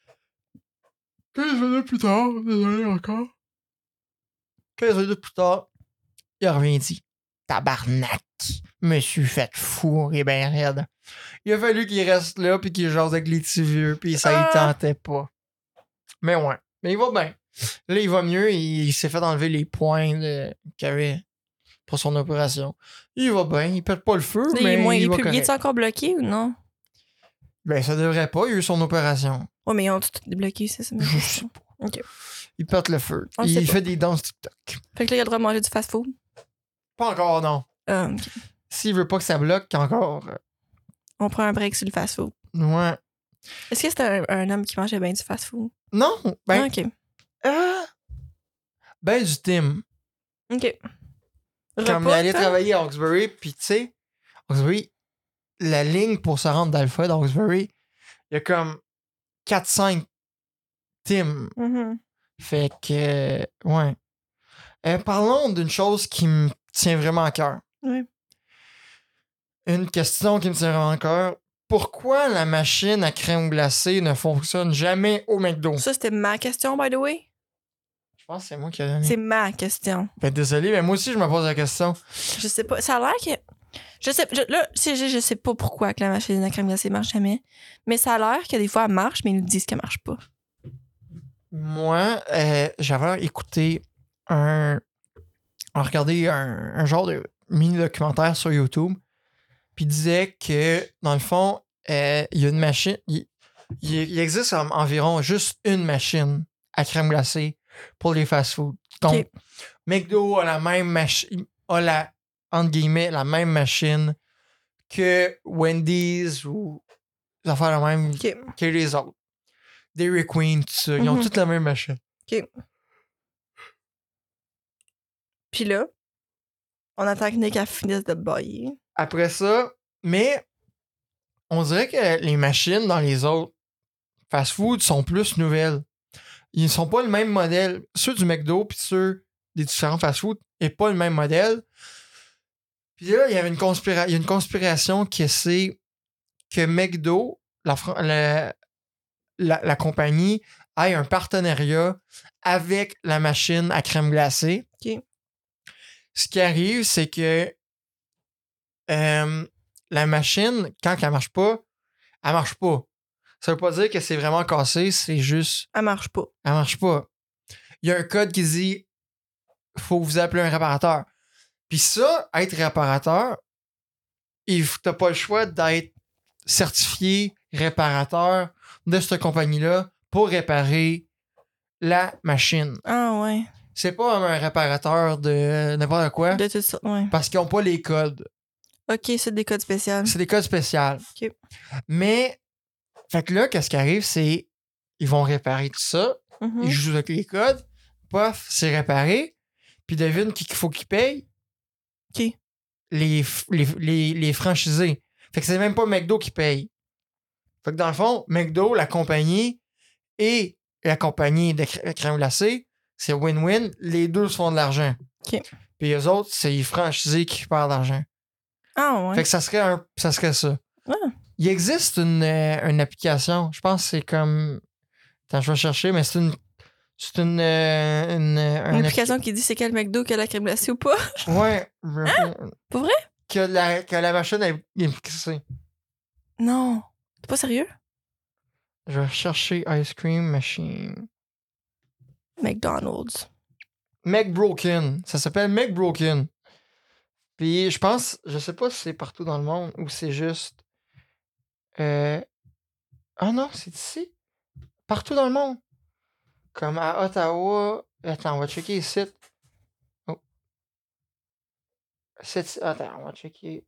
Speaker 1: 15 minutes plus tard, désolé encore. 15 minutes plus tard, il revient et dit tabarnak, me suis fait fourrer ben raide. Il a fallu qu'il reste là, puis qu'il jase avec les petits vieux, puis ça y tentait pas. Mais ouais. Mais il va bien. Là, il va mieux, il s'est fait enlever les points qu'il avait pour son opération. Il va bien, il pète pas le feu, mais il va
Speaker 2: Il
Speaker 1: correct.
Speaker 2: est encore bloqué ou non?
Speaker 1: Ben, ça devrait pas, il a eu son opération.
Speaker 2: Ouais, mais ils ont tout débloqué, c'est ça.
Speaker 1: Je sais pas.
Speaker 2: OK.
Speaker 1: Il pète le feu.
Speaker 2: On le sait
Speaker 1: Il
Speaker 2: pas.
Speaker 1: fait des danses TikTok.
Speaker 2: Fait que là, il a le droit de manger du fast-food.
Speaker 1: Pas encore, non.
Speaker 2: OK.
Speaker 1: S'il veut pas que ça bloque, encore.
Speaker 2: On prend un break sur le fast-food.
Speaker 1: Ouais.
Speaker 2: Est-ce que c'était un homme qui mangeait bien du fast-food?
Speaker 1: Non, ben.
Speaker 2: Ah, OK.
Speaker 1: Ben, du Tim.
Speaker 2: OK.
Speaker 1: Comme il
Speaker 2: Repas,
Speaker 1: allait
Speaker 2: toi?
Speaker 1: travailler à Hawkesbury, puis tu sais, Hawkesbury, la ligne pour se rendre d'Alfred à Hawkesbury, il y a comme 4-5 Tim.
Speaker 2: Mhm.
Speaker 1: Fait que, ouais. Parlons d'une chose qui me tient vraiment à cœur.
Speaker 2: Oui.
Speaker 1: Une question qui me tient vraiment à cœur. Pourquoi la machine à crème glacée ne fonctionne jamais au McDo?
Speaker 2: Ça, c'était ma question, by the way.
Speaker 1: Je pense que c'est moi qui ai donné.
Speaker 2: C'est ma question.
Speaker 1: Ben, désolé, mais moi aussi, je me pose la question.
Speaker 2: Je sais pas. Ça a l'air que. Je sais pas pourquoi que la machine à crème glacée marche jamais. Mais ça a l'air que des fois, elle marche, mais ils nous disent qu'elle marche pas.
Speaker 1: Moi, j'avais écouté regardé un genre de mini-documentaire sur YouTube, puis il disait que, dans le fond, il y a une machine, il existe environ juste une machine à crème glacée pour les fast-foods. Donc,
Speaker 2: Ok.
Speaker 1: McDo a la même machine, entre guillemets, la même machine que Wendy's ou les affaires la même
Speaker 2: Ok.
Speaker 1: que les autres. Dairy Queen, tout ça. Ils ont
Speaker 2: Mhm.
Speaker 1: toutes la même machine.
Speaker 2: Puis là, on attend que Nick finisse de bailler.
Speaker 1: Après ça, mais on dirait que les machines dans les autres fast-food sont plus nouvelles. Ils sont pas le même modèle. Ceux du McDo puis ceux des différents fast-food n'est pas le même modèle. Puis là, il y avait il y a une conspiration qui c'est que McDo, la compagnie, ait un partenariat avec la machine à crème glacée.
Speaker 2: Ok.
Speaker 1: Ce qui arrive, c'est que la machine, quand elle marche pas, elle marche pas. Ça veut pas dire que c'est vraiment cassé, c'est juste.
Speaker 2: Elle marche pas.
Speaker 1: Elle marche pas. Il y a un code qui dit faut que vous appelez un réparateur. Puis ça, être réparateur, t'as pas le choix d'être certifié réparateur de cette compagnie-là pour réparer la machine.
Speaker 2: Ah ouais.
Speaker 1: C'est pas un réparateur de n'importe quoi
Speaker 2: De tout ça, ouais.
Speaker 1: parce qu'ils ont pas les codes.
Speaker 2: Ok, c'est des codes spéciaux.
Speaker 1: C'est des codes spéciaux.
Speaker 2: Ok.
Speaker 1: Mais, fait que là, qu'est-ce qui arrive, c'est ils vont réparer tout ça.
Speaker 2: Mhm.
Speaker 1: Ils jouent avec les codes. Pof, c'est réparé. Puis devine qu'il faut qu'ils payent.
Speaker 2: Ok.
Speaker 1: Les franchisés. Fait que c'est même pas McDo qui paye. Fait que dans le fond, McDo, la compagnie et la compagnie de crème glacée, c'est win-win. Les deux se font de l'argent.
Speaker 2: Ok.
Speaker 1: Puis eux autres, c'est les franchisés qui perdent de l'argent.
Speaker 2: Ah ouais.
Speaker 1: Fait que ça serait ça.
Speaker 2: Ah.
Speaker 1: Il existe une application. Je pense que c'est comme. Attends, je vais chercher, mais c'est une. C'est une
Speaker 2: Une application qui dit c'est quel McDo qui a la crème glacée ou pas.
Speaker 1: Ouais.
Speaker 2: Pour vrai?
Speaker 1: Que la machine est fixée.
Speaker 2: Non. T'es pas sérieux?
Speaker 1: Je vais chercher Ice Cream Machine.
Speaker 2: McDonald's.
Speaker 1: McBroken. Ça s'appelle McBroken. Puis je pense, je sais pas si c'est partout dans le monde ou c'est juste. Ah non, c'est ici. Partout dans le monde. Comme à Ottawa. Attends, on va checker ici. Oh. Attends, on va checker.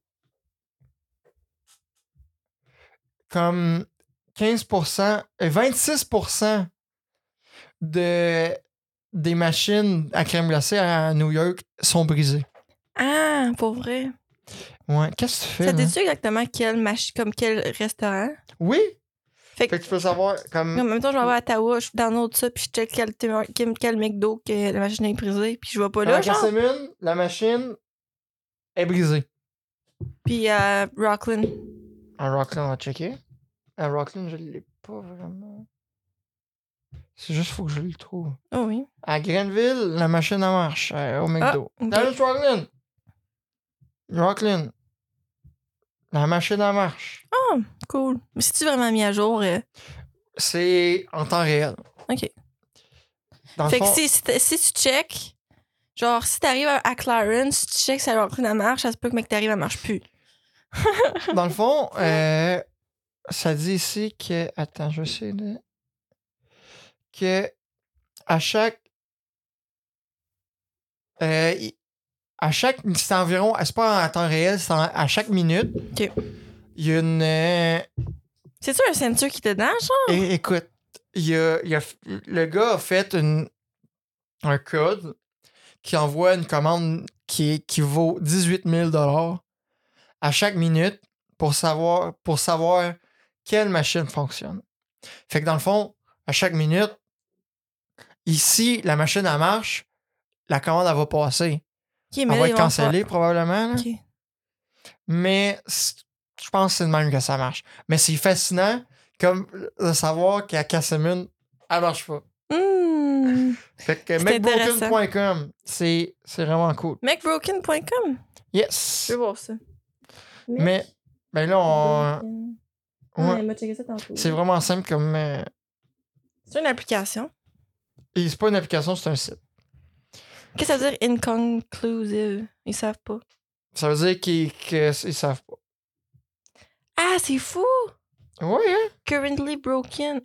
Speaker 1: Comme 15%, 26% des machines à crème glacée à New York sont brisées.
Speaker 2: Ah, pour vrai.
Speaker 1: Ouais. Qu'est-ce que tu fais?
Speaker 2: Ça
Speaker 1: là?
Speaker 2: dit-tu exactement comme quel restaurant?
Speaker 1: Oui!
Speaker 2: Fait
Speaker 1: Fait que tu peux savoir comme.
Speaker 2: en même temps, je m'en vais à Ottawa, je download ça, puis je check quel McDo que la machine est brisée, puis je vais pas là,
Speaker 1: À
Speaker 2: genre.
Speaker 1: Casselman, la machine est brisée.
Speaker 2: Puis à Rockland.
Speaker 1: À Rockland, on va checker. À Rockland, je l'ai pas vraiment. C'est juste faut que je le trouve.
Speaker 2: Oh oui.
Speaker 1: À Grenville, la machine elle marche au McDo.
Speaker 2: ok.
Speaker 1: Dans Rockland. Rockland. La machine elle marche.
Speaker 2: Oh, cool. Mais c'est-tu vraiment mis à jour?
Speaker 1: C'est en temps réel.
Speaker 2: OK.
Speaker 1: Dans le
Speaker 2: Fait
Speaker 1: fond,
Speaker 2: que si tu check, genre, si t'arrives à Clarence, si tu check si Rockland marche, ça se peut que McTarrive, elle marche plus.
Speaker 1: dans le fond, ça dit ici que. Attends, je sais de. Que à chaque. À chaque. C'est environ. C'est pas en temps réel, c'est à chaque minute.
Speaker 2: OK.
Speaker 1: Il y a une.
Speaker 2: C'est-tu un ceinture qui te dedans, genre?
Speaker 1: Écoute, le gars a fait un code qui envoie une commande qui vaut 18 000 à chaque minute pour savoir quelle machine fonctionne. Fait que dans le fond, à chaque minute, ici, la machine, elle marche, la commande, elle va passer.
Speaker 2: OK, mais
Speaker 1: Elle
Speaker 2: là,
Speaker 1: va
Speaker 2: ils
Speaker 1: être
Speaker 2: vont
Speaker 1: cancellée probablement, là.
Speaker 2: OK.
Speaker 1: Mais je pense que c'est de même que ça marche. Mais c'est fascinant comme de savoir qu'à Casselman, elle marche pas. Fait que
Speaker 2: C'est
Speaker 1: McBroken.com, c'est vraiment cool.
Speaker 2: McBroken.com?
Speaker 1: Yes.
Speaker 2: Je veux voir ça.
Speaker 1: Mais ben là, ouais,
Speaker 2: elle m'a checké ça tantôt.
Speaker 1: c'est vraiment simple comme.
Speaker 2: C'est une application.
Speaker 1: Et c'est pas une application, c'est un site.
Speaker 2: Qu'est-ce que ça veut dire inconclusive? Ils savent pas.
Speaker 1: Ça veut dire qu'ils savent pas.
Speaker 2: Ah, c'est fou!
Speaker 1: Oui, hein?
Speaker 2: Currently broken.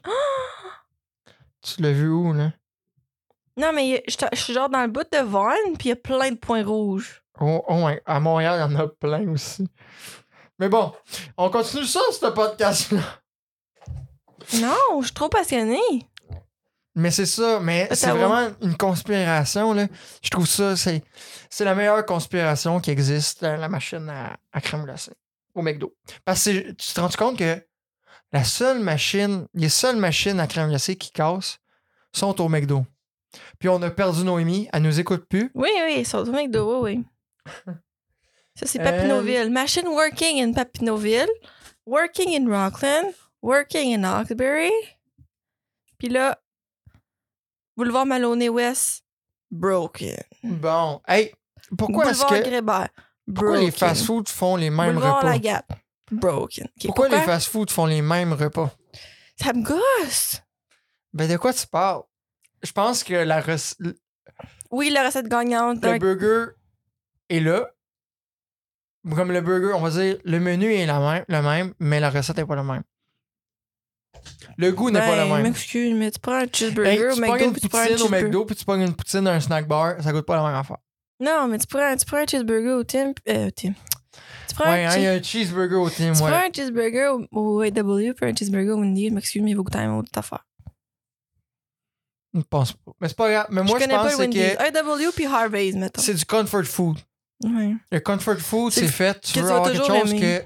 Speaker 1: Tu l'as vu où, là?
Speaker 2: Non, mais je suis genre dans le bout de Vaughan, puis il y a plein de points rouges.
Speaker 1: Oh, ouais. À Montréal, il y en a plein aussi. Mais bon, on continue ça, ce podcast-là.
Speaker 2: Non, je suis trop passionnée.
Speaker 1: Mais c'est ça, mais c'est
Speaker 2: Ottawa.
Speaker 1: vraiment une conspiration, là. Je trouve ça, c'est la meilleure conspiration qui existe, la machine à crème glacée au McDo. Parce que tu te rends compte que les seules machines à crème glacée qui cassent sont au McDo. Puis on a perdu Noémie, elle nous écoute plus.
Speaker 2: Oui, ils sont au McDo, oui. Ça, c'est Papineauville. Machine working in Papineauville, working in Rockland, working in Hawkesbury. Puis là, Boulevard Maloney-Ouest, broken.
Speaker 1: Bon, hey, pourquoi
Speaker 2: Boulevard
Speaker 1: est-ce que
Speaker 2: Grébert,
Speaker 1: pourquoi les
Speaker 2: broken.
Speaker 1: fast-foods font les mêmes
Speaker 2: Boulevard
Speaker 1: repas?
Speaker 2: Lagap, broken. Okay,
Speaker 1: Pourquoi les fast-foods font les mêmes repas?
Speaker 2: Ça me gosse.
Speaker 1: Ben de quoi tu parles? Je pense que
Speaker 2: Oui, la recette gagnante.
Speaker 1: le burger est là. Comme le burger, on va dire, le menu est le même, mais la recette n'est pas la même. Le goût n'est pas le même.
Speaker 2: M'excuse, mais tu prends un cheeseburger
Speaker 1: Hey,
Speaker 2: au
Speaker 1: tu pognes
Speaker 2: McDo,
Speaker 1: une
Speaker 2: puis tu prends un
Speaker 1: poutine au
Speaker 2: cheeseburger.
Speaker 1: McDo, puis tu pognes une poutine dans un snack bar, ça goûte pas la même affaire.
Speaker 2: Non, mais tu prends un cheeseburger au Tim. Tu prends
Speaker 1: Ouais, il y a un cheeseburger au Tim,
Speaker 2: tu
Speaker 1: ouais.
Speaker 2: prends un cheeseburger au AW, puis un cheeseburger au Wendy. M'excuse, mais il va goûter la même autre affaire.
Speaker 1: Je pense pas. Mais c'est pas grave. Mais moi, je
Speaker 2: connais pas
Speaker 1: pense
Speaker 2: le
Speaker 1: que
Speaker 2: Wendy's. AW puis Harvey's, mettons.
Speaker 1: c'est du comfort food.
Speaker 2: Ouais.
Speaker 1: Le comfort food, c'est fait. Tu
Speaker 2: que
Speaker 1: veux
Speaker 2: tu vas
Speaker 1: avoir quelque
Speaker 2: toujours
Speaker 1: chose
Speaker 2: aimer.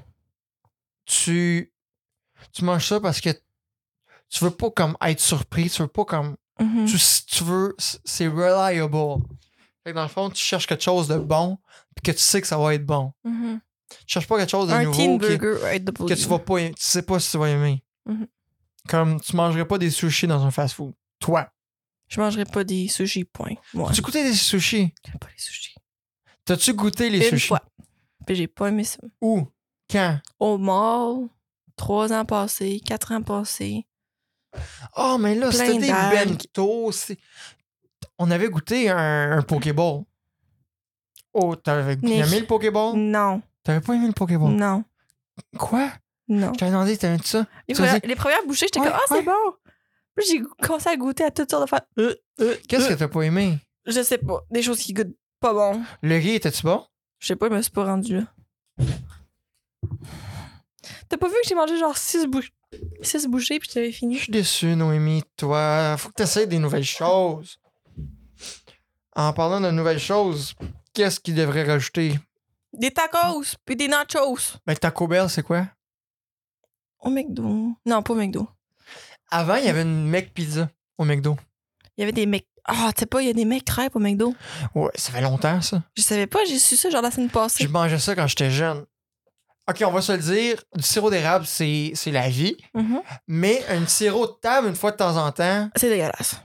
Speaker 1: que tu manges ça parce que tu veux pas comme être surpris, tu veux pas comme
Speaker 2: Mhm.
Speaker 1: tu veux c'est reliable. Fait que dans le fond, tu cherches quelque chose de bon puis que tu sais que ça va être bon.
Speaker 2: Mhm.
Speaker 1: Tu cherches pas quelque chose de
Speaker 2: Un
Speaker 1: nouveau
Speaker 2: teen
Speaker 1: que
Speaker 2: burger AW.
Speaker 1: tu vas pas tu sais pas si tu vas aimer.
Speaker 2: Mhm.
Speaker 1: Comme tu mangerais pas des sushis dans un fast-food. Toi,
Speaker 2: Je mangerai pas des sushis, point. Moi,
Speaker 1: tu goûté des sushis?
Speaker 2: j'aime pas les sushis.
Speaker 1: T'as-tu goûté les
Speaker 2: Une
Speaker 1: sushis?
Speaker 2: fois. Puis j'ai pas aimé ça.
Speaker 1: Où? Quand?
Speaker 2: Au mall, 3 ans passés, 4 ans passés.
Speaker 1: Oh, mais là,
Speaker 2: Plein
Speaker 1: c'était des
Speaker 2: d'algues.
Speaker 1: bento. On avait goûté un Pokéball. Oh, t'avais
Speaker 2: Nick.
Speaker 1: aimé le Pokéball?
Speaker 2: Non,
Speaker 1: T'avais pas aimé le Pokéball?
Speaker 2: non,
Speaker 1: Quoi?
Speaker 2: non.
Speaker 1: Je t'avais demandé, t'avais dit ça?
Speaker 2: Les,
Speaker 1: Tu as dit,
Speaker 2: les premières bouchées, j'étais
Speaker 1: Ouais,
Speaker 2: comme, ah,
Speaker 1: ouais.
Speaker 2: c'est bon. Puis j'ai commencé à goûter à toutes sortes de faire.
Speaker 1: qu'est-ce que t'as pas aimé?
Speaker 2: Je sais pas. Des choses qui goûtent pas bon.
Speaker 1: Le riz, était-tu bon?
Speaker 2: Je sais pas, je me suis pas rendue là. T'as pas vu que j'ai mangé genre 6 bouchées puis j'avais
Speaker 1: Je
Speaker 2: fini?
Speaker 1: suis déçu, Noémie, toi. Faut que t'essayes des nouvelles choses. En parlant de nouvelles choses, qu'est-ce qu'ils devraient rajouter?
Speaker 2: Des tacos puis des nachos.
Speaker 1: Ben, Taco Bell, c'est quoi?
Speaker 2: Au McDo. Non, pas au McDo.
Speaker 1: Avant, il y avait une McPizza au McDo.
Speaker 2: Il y avait des mecs. Ah, tu sais pas, il y a des mecs crêpes au McDo.
Speaker 1: Ouais, ça fait longtemps, ça.
Speaker 2: Je savais pas, j'ai su ça genre la semaine passée.
Speaker 1: J'ai mangé ça quand j'étais jeune. OK, on va se le dire, du sirop d'érable, c'est la vie.
Speaker 2: Mhm.
Speaker 1: Mais un sirop de table, une fois de temps en temps,
Speaker 2: C'est dégueulasse.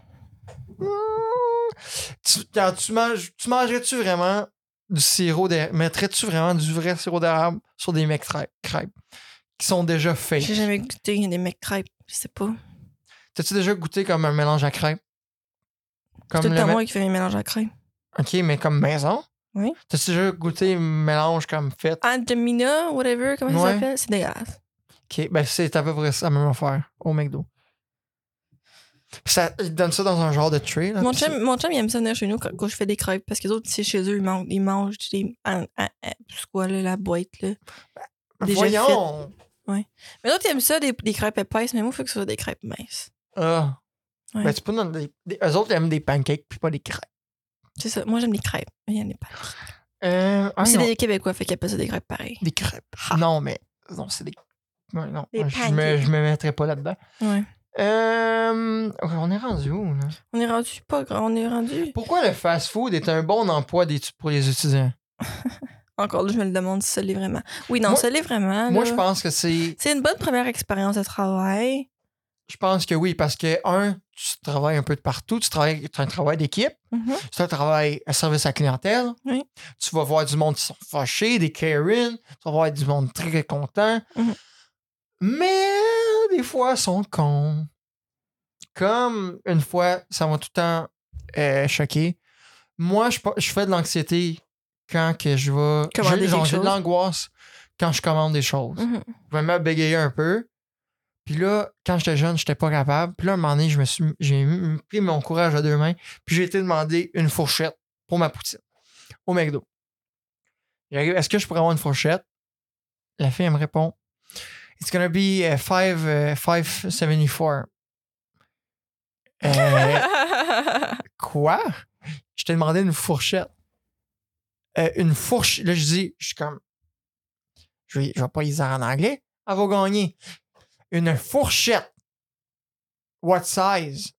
Speaker 1: quand tu mangerais-tu vraiment du sirop d'érable? Mettrais-tu vraiment du vrai sirop d'érable sur des mecs crêpes qui sont déjà faits?
Speaker 2: J'ai jamais goûté des mecs crêpes. Je sais pas.
Speaker 1: T'as-tu déjà goûté comme un mélange à crêpes?
Speaker 2: C'est
Speaker 1: Comme
Speaker 2: tout le temps
Speaker 1: le
Speaker 2: moi qui fais mes mélanges à crème.
Speaker 1: OK, mais comme maison?
Speaker 2: Oui.
Speaker 1: T'as-tu déjà goûté un mélange comme fait?
Speaker 2: Antamina, whatever, comment ça
Speaker 1: Ouais.
Speaker 2: s'appelle? C'est dégueulasse.
Speaker 1: OK, ben c'est à peu près ça, la même affaire au McDo. Puis ça, ils donnent ça dans un genre de tray. Là,
Speaker 2: Mon
Speaker 1: puis
Speaker 2: chum, il aime ça venir chez nous quand je fais des crêpes parce que les autres, c'est chez eux, ils mangent des. C'est quoi, là, la boîte, là? déjà
Speaker 1: voyons!
Speaker 2: Mais les autres, ils aiment ça, des crêpes épaisses, mais moi, il faut que ce soit des crêpes minces.
Speaker 1: Ah.
Speaker 2: Ouais.
Speaker 1: Ben, tu peux donner eux autres, ils aiment des pancakes puis pas des crêpes.
Speaker 2: C'est ça. Moi, j'aime les crêpes. Il y en a pas.
Speaker 1: C'est
Speaker 2: C'est des Québécois, fait qu'ils appellent ça des crêpes pareil.
Speaker 1: des crêpes.
Speaker 2: Ah.
Speaker 1: Non, mais non, c'est des. Ouais, non,
Speaker 2: Des
Speaker 1: je
Speaker 2: pancakes.
Speaker 1: me mettrais pas là-dedans.
Speaker 2: Ouais.
Speaker 1: On est rendu où, là?
Speaker 2: On est rendu pas grand. On est rendu.
Speaker 1: Pourquoi le fast-food est un bon emploi pour les étudiants?
Speaker 2: Encore là, je me le demande si ça l'est vraiment. Oui, non,
Speaker 1: Moi-
Speaker 2: ça l'est vraiment.
Speaker 1: Moi,
Speaker 2: là.
Speaker 1: je pense que c'est.
Speaker 2: C'est une bonne première expérience de travail.
Speaker 1: Je pense que oui, parce que, tu travailles un peu de partout, tu as un travail d'équipe,
Speaker 2: Mhm.
Speaker 1: tu as un travail à service à la clientèle.
Speaker 2: Oui.
Speaker 1: Tu vas voir du monde qui sont fâchés, des Karen, tu vas voir du monde très content.
Speaker 2: Mhm.
Speaker 1: Mais des fois, ils sont cons. Comme une fois, ça m'a tout le temps choqué. Moi, je fais de l'anxiété quand que je vais.
Speaker 2: Commander quelque
Speaker 1: J'ai de
Speaker 2: chose.
Speaker 1: l'angoisse quand je commande des choses.
Speaker 2: Mhm.
Speaker 1: Je vais me bégayer un peu. Puis là, quand j'étais jeune, j'étais pas capable. Puis là, un moment donné, j'ai pris mon courage à deux mains. Puis j'ai été demander une fourchette pour ma poutine au McDo. J'arrive, est-ce que je pourrais avoir une fourchette? La fille, elle me répond, It's gonna be 5.74. Quoi? Je t'ai demandé une fourchette. Une fourchette. Là, je suis comme, je vais pas y dire en anglais. Elle va gagner. Une fourchette. What size?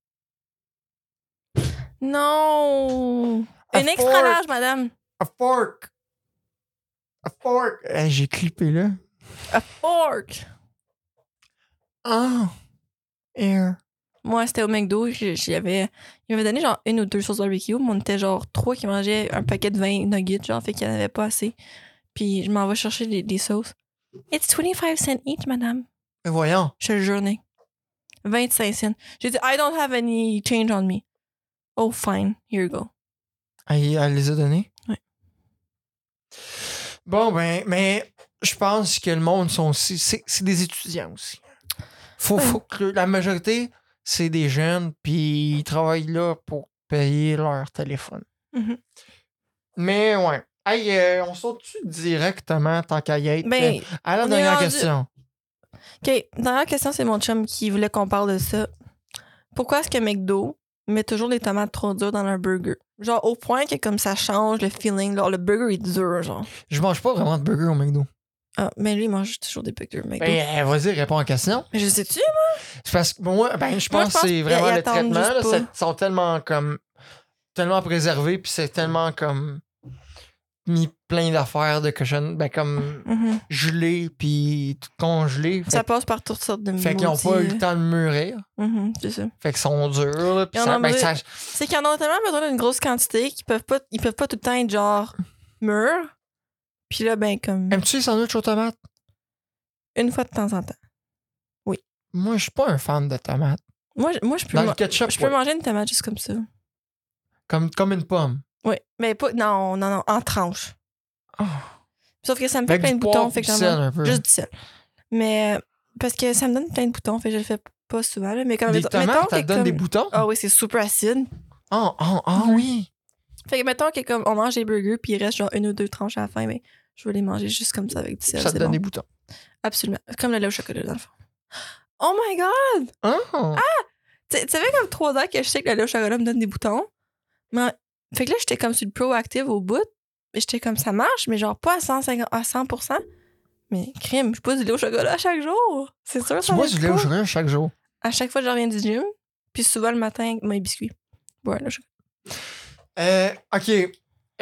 Speaker 2: Non!
Speaker 1: A
Speaker 2: Une extra
Speaker 1: fork.
Speaker 2: large, madame.
Speaker 1: A fork. A fork. J'ai clippé là.
Speaker 2: A fork.
Speaker 1: Ah. Air.
Speaker 2: Moi, c'était au McDo. Il m'avait donné genre une ou deux sauces barbecue. Mais on était genre 3 qui mangeaient un paquet de 20 nuggets, genre, fait qu'il n'y en avait pas assez. Puis je m'en vais chercher des sauces. It's 25 cents each, madame.
Speaker 1: Mais voyons.
Speaker 2: Je te le jure. 25 cents. J'ai dit, I don't have any change on me. Oh, fine. Here you go.
Speaker 1: Elle les a donnés?
Speaker 2: Oui.
Speaker 1: Bon, ben, mais je pense que le monde sont aussi. C'est des étudiants aussi. Faut que la majorité, c'est des jeunes, puis ils travaillent là pour payer leur téléphone.
Speaker 2: Mm-hmm.
Speaker 1: Mais ouais. Hey, on saute-tu directement tant qu'à y être?
Speaker 2: Ben,
Speaker 1: à la dernière question.
Speaker 2: OK. Dernière question, c'est mon chum qui voulait qu'on parle de ça. Pourquoi est-ce que McDo met toujours des tomates trop dures dans leur burger? Genre, au point que comme ça change le feeling, genre, le burger est dur, genre.
Speaker 1: Je mange pas vraiment de burger au McDo.
Speaker 2: Ah, mais lui, il mange toujours des burgers McDo.
Speaker 1: Ben, vas-y, réponds à la question.
Speaker 2: Mais je sais-tu, moi?
Speaker 1: C'est parce que moi, je pense que c'est vraiment le traitement. Là, ils sont tellement comme. Tellement préservés, puis c'est tellement comme. Mis plein d'affaires de cochonnes, comme gelé, puis tout congelé.
Speaker 2: Ça passe par toutes sortes de
Speaker 1: Fait qu'ils n'ont pas eu le temps de mûrir.
Speaker 2: C'est ça.
Speaker 1: Fait qu'ils sont durs. Là,
Speaker 2: c'est qu'ils en ont tellement besoin d'une grosse quantité qu'ils peuvent pas tout le temps être genre mûrs. Puis là, comme.
Speaker 1: Aimes-tu les sandwichs aux tomates?
Speaker 2: Une fois de temps en temps. Oui.
Speaker 1: Moi, je suis pas un fan de tomates.
Speaker 2: Moi je peux, je peux manger une tomate juste comme ça.
Speaker 1: Comme une pomme.
Speaker 2: Oui. Mais pas. Non, en tranches.
Speaker 1: Oh.
Speaker 2: Sauf que ça me fait plein de boutons. Fait que juste du sel. Mais parce que ça me donne plein de boutons. Fait que je le fais pas souvent. Là, mais quand
Speaker 1: des tomates, ça te donne des boutons?
Speaker 2: Ah oui, c'est super acide.
Speaker 1: Oui.
Speaker 2: Fait que mettons que comme on mange des burgers puis il reste genre une ou deux tranches à la fin, mais je veux les manger juste comme ça avec du sel.
Speaker 1: Ça te donne des boutons.
Speaker 2: Absolument. Comme le lait au chocolat dans le fond. Oh my god!
Speaker 1: Oh.
Speaker 2: Ah! Tu savais comme 3 ans que je sais que le lait au chocolat me donne des boutons. Mais, fait que là, j'étais comme sur le proactive au bout. Et j'étais comme ça marche, mais genre pas à 100%. Mais crime, je bois du lait au chocolat chaque jour. C'est sûr,
Speaker 1: tu bois du lait au chocolat chaque jour?
Speaker 2: À chaque fois que je reviens du gym. Puis souvent le matin avec mes biscuits. Ouais, là,
Speaker 1: OK.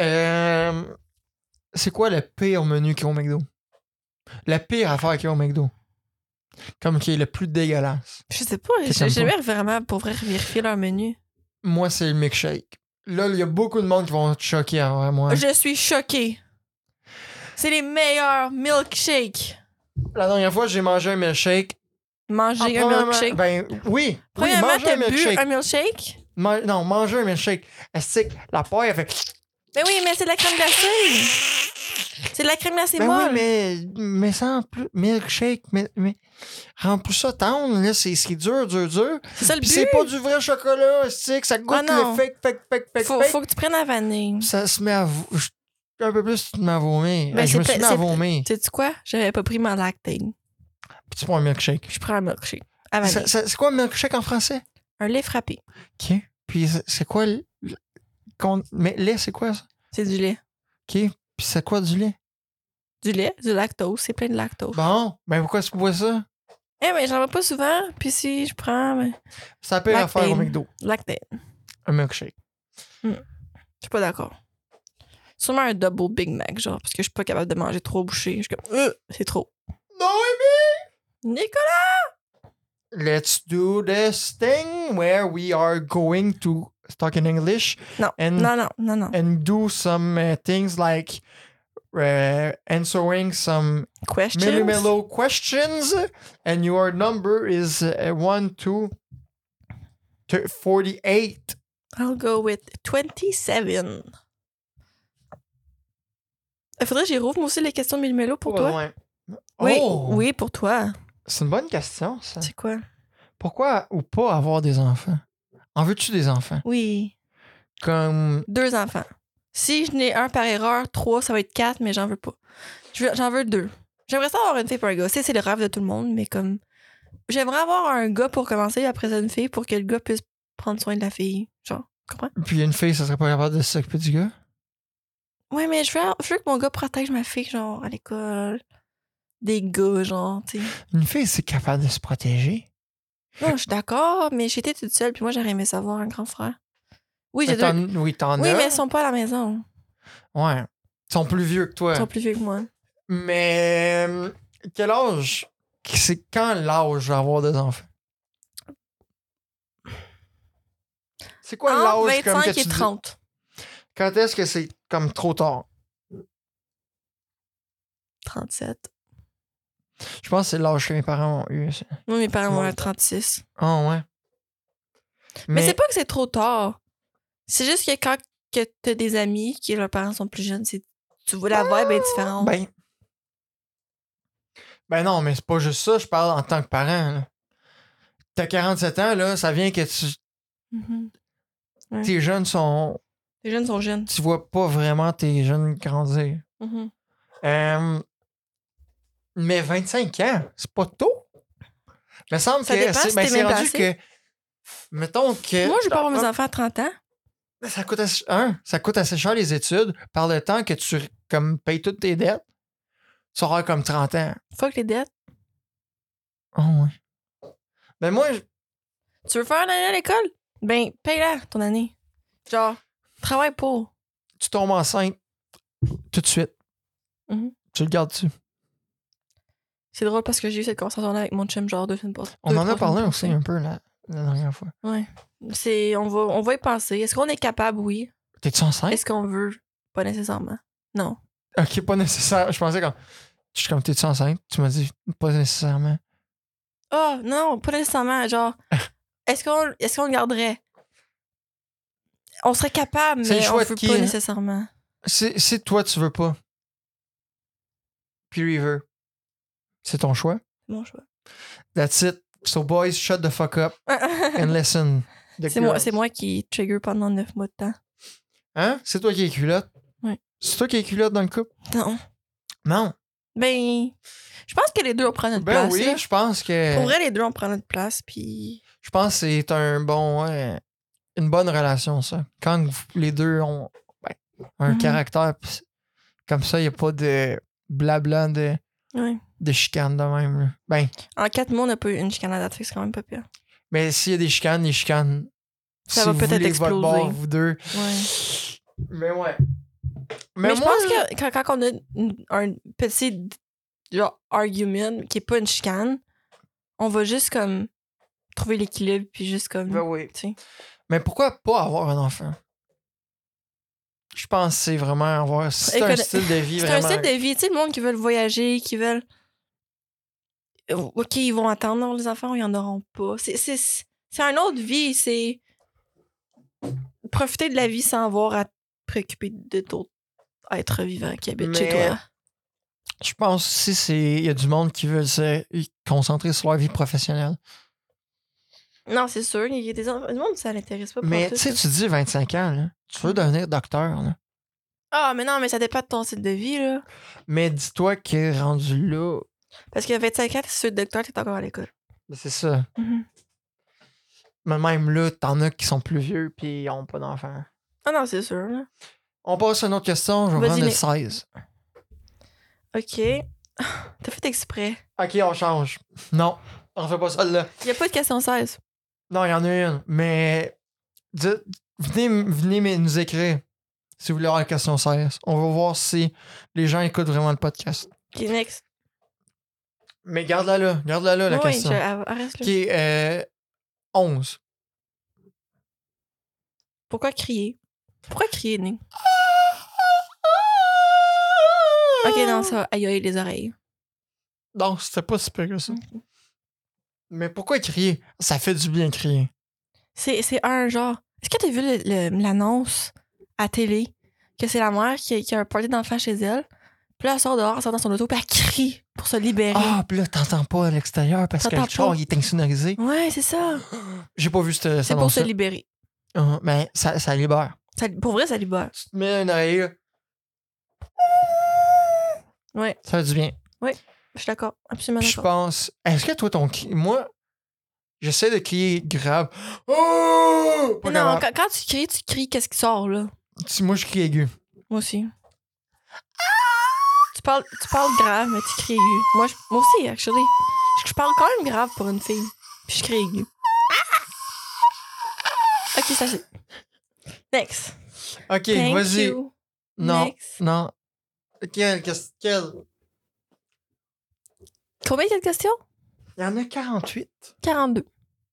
Speaker 1: C'est quoi le pire menu qu'il y a au McDo? La pire affaire qu'il y a au McDo? Comme qui est le plus dégueulasse.
Speaker 2: Je sais pas. J'ai jamais vraiment pour vrai vérifier leur menu.
Speaker 1: Moi, c'est le milkshake. Là, il y a beaucoup de monde qui vont être choqués envers moi.
Speaker 2: Je suis choquée. C'est les meilleurs milkshakes.
Speaker 1: La dernière fois, j'ai mangé un milkshake.
Speaker 2: Manger un milkshake?
Speaker 1: Ben oui.
Speaker 2: Premièrement,
Speaker 1: manger un
Speaker 2: milkshake. Un milkshake?
Speaker 1: Non, manger un milkshake. La paille, elle fait...
Speaker 2: Ben oui, mais c'est de la crème glacée. C'est de la crème glacée molle.
Speaker 1: Oui, mais sans plus... Milkshake, mais rends plus ça tendre, là. C'est dur.
Speaker 2: C'est ça le but.
Speaker 1: Puis c'est pas du vrai chocolat, c'est que ça goûte le fake.
Speaker 2: Faut que tu prennes la vanille.
Speaker 1: Ça se met à... Un peu plus, tu te mets à vomir.
Speaker 2: Ben,
Speaker 1: je me suis mis à vomir.
Speaker 2: Sais-tu quoi? J'avais pas pris ma lactane.
Speaker 1: Puis tu prends un milkshake.
Speaker 2: Je prends un milkshake.
Speaker 1: C'est quoi un milkshake en français?
Speaker 2: Un lait frappé.
Speaker 1: OK. Puis c'est quoi mais lait, c'est quoi ça?
Speaker 2: C'est du lait.
Speaker 1: OK. Puis c'est quoi du lait?
Speaker 2: Du lait, du lactose. C'est plein de lactose.
Speaker 1: Bon, ben pourquoi tu bois ça?
Speaker 2: Mais j'en vois pas souvent. Puis si je prends...
Speaker 1: Ça peut faire au McDo.
Speaker 2: Lactane.
Speaker 1: Un milkshake.
Speaker 2: Je suis pas d'accord. Sûrement un double Big Mac, genre, parce que je suis pas capable de manger 3 bouchées. Je suis comme, c'est trop.
Speaker 1: Non, Amy!
Speaker 2: Nicolas!
Speaker 1: Let's do this thing where we are going to talk in English.
Speaker 2: Non.
Speaker 1: And do some things like answering some
Speaker 2: questions.
Speaker 1: Mellow questions. And your number is 1 to 48.
Speaker 2: I'll go with 27. Il faudrait que j'y rouvre, moi aussi, les questions de Mélo pour toi.
Speaker 1: Ouais.
Speaker 2: Oui, oui, pour toi.
Speaker 1: C'est une bonne question, ça.
Speaker 2: C'est quoi?
Speaker 1: Pourquoi ou pas avoir des enfants? En veux-tu des enfants?
Speaker 2: Oui.
Speaker 1: Comme...
Speaker 2: 2 enfants. Si je n'ai un par erreur, 3, ça va être 4, mais j'en veux pas. J'en veux 2. J'aimerais ça avoir une fille pour un gars. Tu sais, c'est le rêve de tout le monde, mais comme... J'aimerais avoir un gars pour commencer, après ça une fille, pour que le gars puisse prendre soin de la fille. Genre, tu comprends?
Speaker 1: Puis une fille, ça serait pas capable de s'occuper du gars?
Speaker 2: Ouais, mais je veux que mon gars protège ma fille, genre, à l'école. Des gars, genre, tu sais.
Speaker 1: Une fille, c'est capable de se protéger.
Speaker 2: Non, je suis d'accord, mais j'étais toute seule, puis moi, j'aurais aimé savoir un grand frère. Oui, j'ai
Speaker 1: Mais
Speaker 2: deux.
Speaker 1: Oui, t'en
Speaker 2: Oui,
Speaker 1: as.
Speaker 2: mais ils sont pas à la maison.
Speaker 1: Ouais. Ils sont plus vieux que toi.
Speaker 2: Ils sont plus vieux que moi.
Speaker 1: Mais quel âge? C'est quand l'âge d'avoir des enfants? C'est quoi
Speaker 2: Entre
Speaker 1: l'âge comme
Speaker 2: 25
Speaker 1: que
Speaker 2: et
Speaker 1: tu dis?
Speaker 2: 30.
Speaker 1: Quand est-ce que c'est comme trop tard?
Speaker 2: 37.
Speaker 1: Je pense que c'est l'âge que mes parents ont eu. Ça.
Speaker 2: Moi, mes parents vont
Speaker 1: Ouais.
Speaker 2: à 36.
Speaker 1: Ah ouais.
Speaker 2: Mais c'est pas que c'est trop tard. C'est juste que quand que t'as des amis qui leurs parents sont plus jeunes, tu vois la vibe est différente.
Speaker 1: Ben non, mais c'est pas juste ça, je parle en tant que parent. Là. T'as 47 ans, là, ça vient que
Speaker 2: Mhm. Ouais.
Speaker 1: tes jeunes sont...
Speaker 2: Les jeunes sont jeunes.
Speaker 1: Tu vois pas vraiment tes jeunes grandir.
Speaker 2: Mhm.
Speaker 1: Mais 25 ans, c'est pas tôt. Il me semble
Speaker 2: Ça
Speaker 1: que
Speaker 2: dépend si t'es
Speaker 1: c'est
Speaker 2: même
Speaker 1: rendu
Speaker 2: placé.
Speaker 1: que... Mettons que...
Speaker 2: Moi, je vais pas avoir mes enfants à 30 ans.
Speaker 1: Ça coûte assez cher les études. Par le temps que tu comme, payes toutes tes dettes, tu auras comme 30 ans.
Speaker 2: Fuck les dettes.
Speaker 1: Oh ouais. Ben moi,
Speaker 2: Tu veux faire une année à l'école? Ben, paye-la ton année. Genre, travaille pour.
Speaker 1: tu tombes enceinte tout de suite.
Speaker 2: Mhm.
Speaker 1: Tu le gardes-tu?
Speaker 2: C'est drôle parce que j'ai eu cette conversation-là avec mon chum, genre 2 semaines passées.
Speaker 1: On en a
Speaker 2: 2-3
Speaker 1: parlé
Speaker 2: semaines
Speaker 1: aussi
Speaker 2: passées.
Speaker 1: un peu la dernière fois.
Speaker 2: Ouais. On va y penser. Est-ce qu'on est capable? Oui.
Speaker 1: T'es-tu enceinte?
Speaker 2: Est-ce qu'on veut? Pas nécessairement. Non.
Speaker 1: Ok, pas nécessaire. Je pensais quand. Je suis comme, t'es-tu enceinte? Tu m'as dit, pas nécessairement.
Speaker 2: Oh, non, pas nécessairement. Genre, est-ce qu'on le garderait? On serait capable,
Speaker 1: C'est le
Speaker 2: mais on
Speaker 1: choix de
Speaker 2: veut
Speaker 1: qui,
Speaker 2: pas
Speaker 1: hein?
Speaker 2: nécessairement.
Speaker 1: C'est toi, tu veux pas. Puis lui, il veut. C'est ton choix.
Speaker 2: Mon choix.
Speaker 1: That's it. So, boys, shut the fuck up and listen. The girls.
Speaker 2: c'est moi qui trigger pendant 9 mois de temps.
Speaker 1: Hein? C'est toi qui es culotte?
Speaker 2: Oui.
Speaker 1: C'est toi qui es culotte dans le couple?
Speaker 2: Non.
Speaker 1: Non.
Speaker 2: Ben, je pense que les deux, on prend notre
Speaker 1: Ben
Speaker 2: place.
Speaker 1: oui,
Speaker 2: là.
Speaker 1: je pense que.
Speaker 2: Pour vrai, les deux, on prend notre place, puis...
Speaker 1: Je pense que c'est un bon. Une bonne relation, ça. Quand les deux ont un
Speaker 2: Mhm.
Speaker 1: caractère, pis comme ça, il n'y a pas de blabla
Speaker 2: Ouais.
Speaker 1: de chicane de même. Là. Ben,
Speaker 2: En 4 mois, on n'a pas eu une chicane à date, fait que c'est quand même pas pire.
Speaker 1: mais s'il y a des chicanes, les chicanes.
Speaker 2: Ça
Speaker 1: si
Speaker 2: va
Speaker 1: vous
Speaker 2: peut-être
Speaker 1: voulez votre
Speaker 2: exploser.
Speaker 1: bord, vous deux.
Speaker 2: Ouais.
Speaker 1: Mais ouais.
Speaker 2: Mais je
Speaker 1: moi,
Speaker 2: pense que quand on a un petit genre argument qui est pas une chicane, on va juste comme trouver l'équilibre puis juste comme
Speaker 1: Ben oui.
Speaker 2: tu sais.
Speaker 1: Mais pourquoi pas avoir un enfant? Je pense que c'est vraiment avoir. C'est un style de vie
Speaker 2: C'est
Speaker 1: vraiment.
Speaker 2: un style de vie, tu sais, le monde qui veut voyager, qui veulent OK, ils vont attendre d'avoir les enfants ou ils en auront pas. C'est une autre vie, c'est profiter de la vie sans avoir à te préoccuper de d'autres êtres vivants qui habitent chez
Speaker 1: Mais-
Speaker 2: toi.
Speaker 1: Je pense aussi il y a du monde qui veut se concentrer sur leur vie professionnelle.
Speaker 2: Non, c'est sûr, il y a des enfants, le monde ça l'intéresse pas.
Speaker 1: Mais
Speaker 2: tout,
Speaker 1: tu sais,
Speaker 2: là.
Speaker 1: tu dis 25 ans, là. Tu veux devenir docteur, là.
Speaker 2: Ah, mais non, mais ça dépend de ton style de vie, là.
Speaker 1: Mais dis-toi que rendu là,
Speaker 2: Parce que 25 ans, si tu es docteur, t'es encore à l'école.
Speaker 1: ben c'est ça. Mais même là, t'en as qui sont plus vieux puis ils ont pas d'enfants.
Speaker 2: Ah non, c'est sûr, là.
Speaker 1: On passe à une autre question. Je vais
Speaker 2: Vas-y,
Speaker 1: prendre le
Speaker 2: mais-
Speaker 1: 16.
Speaker 2: OK. T'as fait exprès.
Speaker 1: OK, on change. Non, on fait pas ça là.
Speaker 2: Il n'y a pas de question 16.
Speaker 1: Non, il y en a une. Mais venez nous écrire si vous voulez avoir la question 16. On va voir si les gens écoutent vraiment le podcast.
Speaker 2: OK, next.
Speaker 1: Mais garde-la là. Garde-la là, la
Speaker 2: Oui,
Speaker 1: question.
Speaker 2: arrête là.
Speaker 1: OK, 11.
Speaker 2: Pourquoi crier? Pourquoi crier, Nick? OK, non, ça. Aïe, aïe, les oreilles.
Speaker 1: Non, c'était pas si pire que ça. Mais pourquoi crier? Ça fait du bien crier.
Speaker 2: C'est un genre... Est-ce que t'as vu l'annonce à télé que c'est la mère qui a un party d'enfants chez elle? Puis là, elle sort dehors, elle sort dans son auto, puis elle crie pour se libérer.
Speaker 1: Ah, puis là, t'entends pas à l'extérieur parce que
Speaker 2: T'entends
Speaker 1: le char,
Speaker 2: pas.
Speaker 1: il est insonorisé.
Speaker 2: Ouais, c'est ça.
Speaker 1: J'ai pas vu cette
Speaker 2: C'est pour se libérer.
Speaker 1: Mais ça libère.
Speaker 2: Pour vrai, ça libère.
Speaker 1: Tu te mets une oreille, là.
Speaker 2: Ouais,
Speaker 1: Ça fait du bien.
Speaker 2: je suis d'accord. Absolument
Speaker 1: Puis je
Speaker 2: d'accord.
Speaker 1: pense... Est-ce que toi, ton cri... Moi, j'essaie de crier grave. Oh! Pas
Speaker 2: Mais non,
Speaker 1: capable.
Speaker 2: quand tu cries, qu'est-ce qui sort, là?
Speaker 1: Moi, je crie aigu.
Speaker 2: Moi aussi. Tu parles grave, mais tu cries aigu. Moi aussi, actually. Je parle quand même grave pour une fille. Puis je crie aigu. Ok, ça c'est. Next.
Speaker 1: OK,
Speaker 2: Thank
Speaker 1: vas-y.
Speaker 2: you.
Speaker 1: Non,
Speaker 2: Next.
Speaker 1: non. Quelle?
Speaker 2: Combien il y a de questions?
Speaker 1: Il y en a 48.
Speaker 2: 42.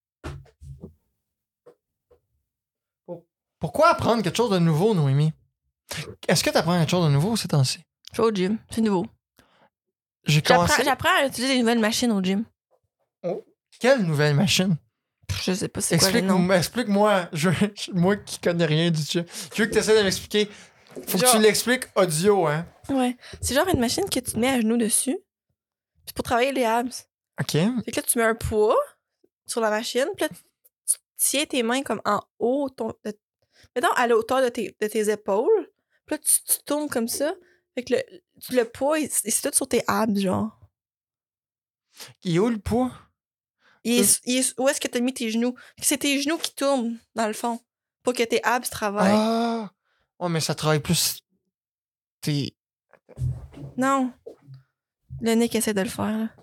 Speaker 1: Pourquoi apprendre quelque chose de nouveau, Noémie? Est-ce que tu apprends quelque chose de nouveau ces temps-ci?
Speaker 2: Je vais au gym. C'est nouveau.
Speaker 1: J'ai commencé...
Speaker 2: J'apprends à utiliser des nouvelles machines au gym.
Speaker 1: Quelle nouvelle machine?
Speaker 2: Je sais pas c'est quoi le nom.
Speaker 1: Explique-moi. Moi qui connais rien du gym. Je veux que tu essaies de m'expliquer. Faut que tu l'expliques audio, hein?
Speaker 2: Ouais. C'est genre une machine que tu te mets à genoux dessus. C'est pour travailler les abs.
Speaker 1: OK.
Speaker 2: Fait que là, tu mets un poids sur la machine. Puis là, tu tiens tes mains comme en haut. Mettons, à la hauteur de tes épaules. Puis là, tu tournes comme ça. Fait que le poids, c'est tout sur tes abs, genre.
Speaker 1: Il est où le poids?
Speaker 2: Où est-ce que t'as mis tes genoux? C'est tes genoux qui tournent, dans le fond. Pour que tes abs travaillent.
Speaker 1: Ah! Oh, mais ça travaille plus...
Speaker 2: Non. Le Nick essaie de le faire, là.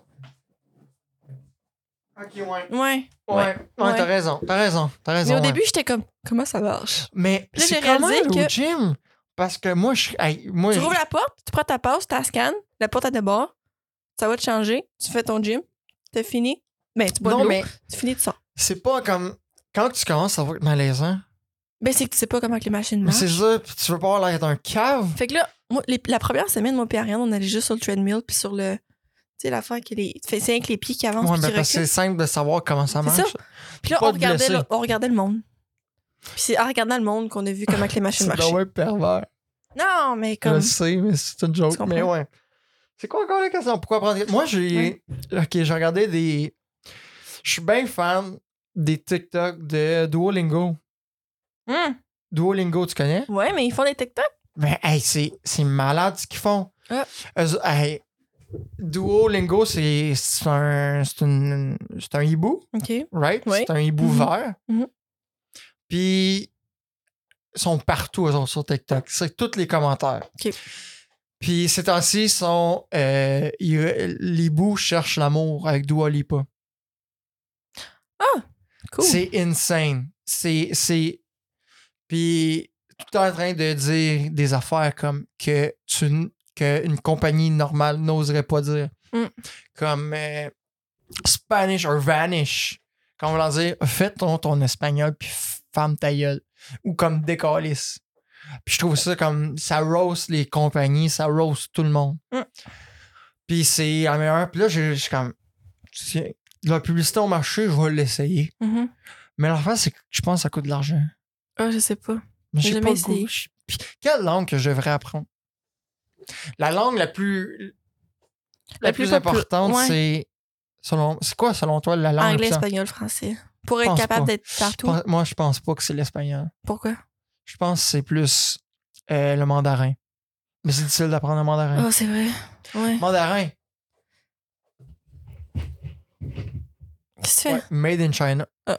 Speaker 1: OK, ouais.
Speaker 2: Ouais.
Speaker 1: Ouais, t'as raison.
Speaker 2: Mais au début, j'étais comme, comment ça marche?
Speaker 1: Mais
Speaker 2: Là,
Speaker 1: c'est
Speaker 2: j'ai
Speaker 1: comment
Speaker 2: réalisé
Speaker 1: aller au
Speaker 2: que-
Speaker 1: gym? Parce que moi,
Speaker 2: Tu rouvres la porte, tu prends ta passe, tu la scannes, la porte à débord, ça va te changer, tu fais ton gym, t'as fini. Ben, tu bois de
Speaker 1: Non,
Speaker 2: l'eau,
Speaker 1: mais
Speaker 2: tu finis, tu sors.
Speaker 1: c'est pas comme... Quand tu commences, ça va être malaisant.
Speaker 2: Ben, c'est que tu sais pas comment que les machines
Speaker 1: Mais
Speaker 2: marchent.
Speaker 1: c'est ça, puis tu veux pas avoir l'air d'un cave.
Speaker 2: Fait que là, moi, la première semaine, moi et Ariane, on allait juste sur le treadmill puis sur le... Tu sais, l'affaire qui est... C'est avec les pieds qui avancent
Speaker 1: Ouais,
Speaker 2: puis
Speaker 1: ben
Speaker 2: qui
Speaker 1: parce que c'est
Speaker 2: reculent.
Speaker 1: simple de savoir comment ça
Speaker 2: C'est
Speaker 1: marche.
Speaker 2: ça. Puis là,
Speaker 1: Pas
Speaker 2: on
Speaker 1: te
Speaker 2: regardait,
Speaker 1: blesser.
Speaker 2: on regardait le monde. Puis c'est en regardant le monde qu'on a vu comment que les machines
Speaker 1: C'est
Speaker 2: marchaient.
Speaker 1: donc un pervers.
Speaker 2: Non, mais
Speaker 1: Je
Speaker 2: comme...
Speaker 1: le sais, mais c'est une joke.
Speaker 2: Tu comprends?
Speaker 1: Mais ouais. C'est quoi encore la question? Pourquoi prendre... Moi, j'ai... OK, j'ai regardé des... Je suis bien fan des TikTok de Duolingo. Duolingo, tu connais?
Speaker 2: Ouais, mais ils font des TikTok.
Speaker 1: Mais hey, c'est malade ce qu'ils font.
Speaker 2: Ah.
Speaker 1: Hey, Duolingo, c'est un hibou,
Speaker 2: OK.
Speaker 1: right?
Speaker 2: Oui.
Speaker 1: C'est un hibou
Speaker 2: Mhm.
Speaker 1: vert.
Speaker 2: Mhm.
Speaker 1: Puis, ils sont partout, eux autres, sur TikTok. C'est tous les commentaires.
Speaker 2: OK.
Speaker 1: Puis, ces temps-ci, l'hibou cherche l'amour avec Dua Lipa.
Speaker 2: Cool.
Speaker 1: C'est insane. Puis, tout en train de dire des affaires comme qu'une compagnie normale n'oserait pas dire.
Speaker 2: Mm.
Speaker 1: Comme Spanish or vanish. Comme on va dire, fais ton espagnol puis ferme ta gueule. Ou comme décalisse. Puis je trouve ça comme, ça roast les compagnies, ça roast tout le monde.
Speaker 2: Mm.
Speaker 1: Puis c'est la meilleure. Puis là, je suis comme, la publicité au marché, je vais l'essayer.
Speaker 2: Mhm.
Speaker 1: Mais l'affaire, c'est que je pense que ça coûte de l'argent.
Speaker 2: Ah, je sais pas.
Speaker 1: Mais
Speaker 2: J'ai
Speaker 1: j'ai
Speaker 2: jamais
Speaker 1: pas le goût.
Speaker 2: essayé.
Speaker 1: Puis, quelle langue que je devrais apprendre? La langue la plus importante,
Speaker 2: ouais.
Speaker 1: c'est quoi selon toi la langue?
Speaker 2: Anglais,
Speaker 1: la plus-
Speaker 2: espagnol, français. Pour être
Speaker 1: pense
Speaker 2: capable
Speaker 1: pas.
Speaker 2: d'être partout.
Speaker 1: Moi, je pense pas que c'est l'espagnol.
Speaker 2: Pourquoi?
Speaker 1: Je pense que c'est plus le mandarin. Mais c'est difficile d'apprendre le mandarin.
Speaker 2: Oh, c'est vrai. Ouais.
Speaker 1: Mandarin.
Speaker 2: Qu'est-ce que tu fais?
Speaker 1: Ouais, made in China.
Speaker 2: Ah.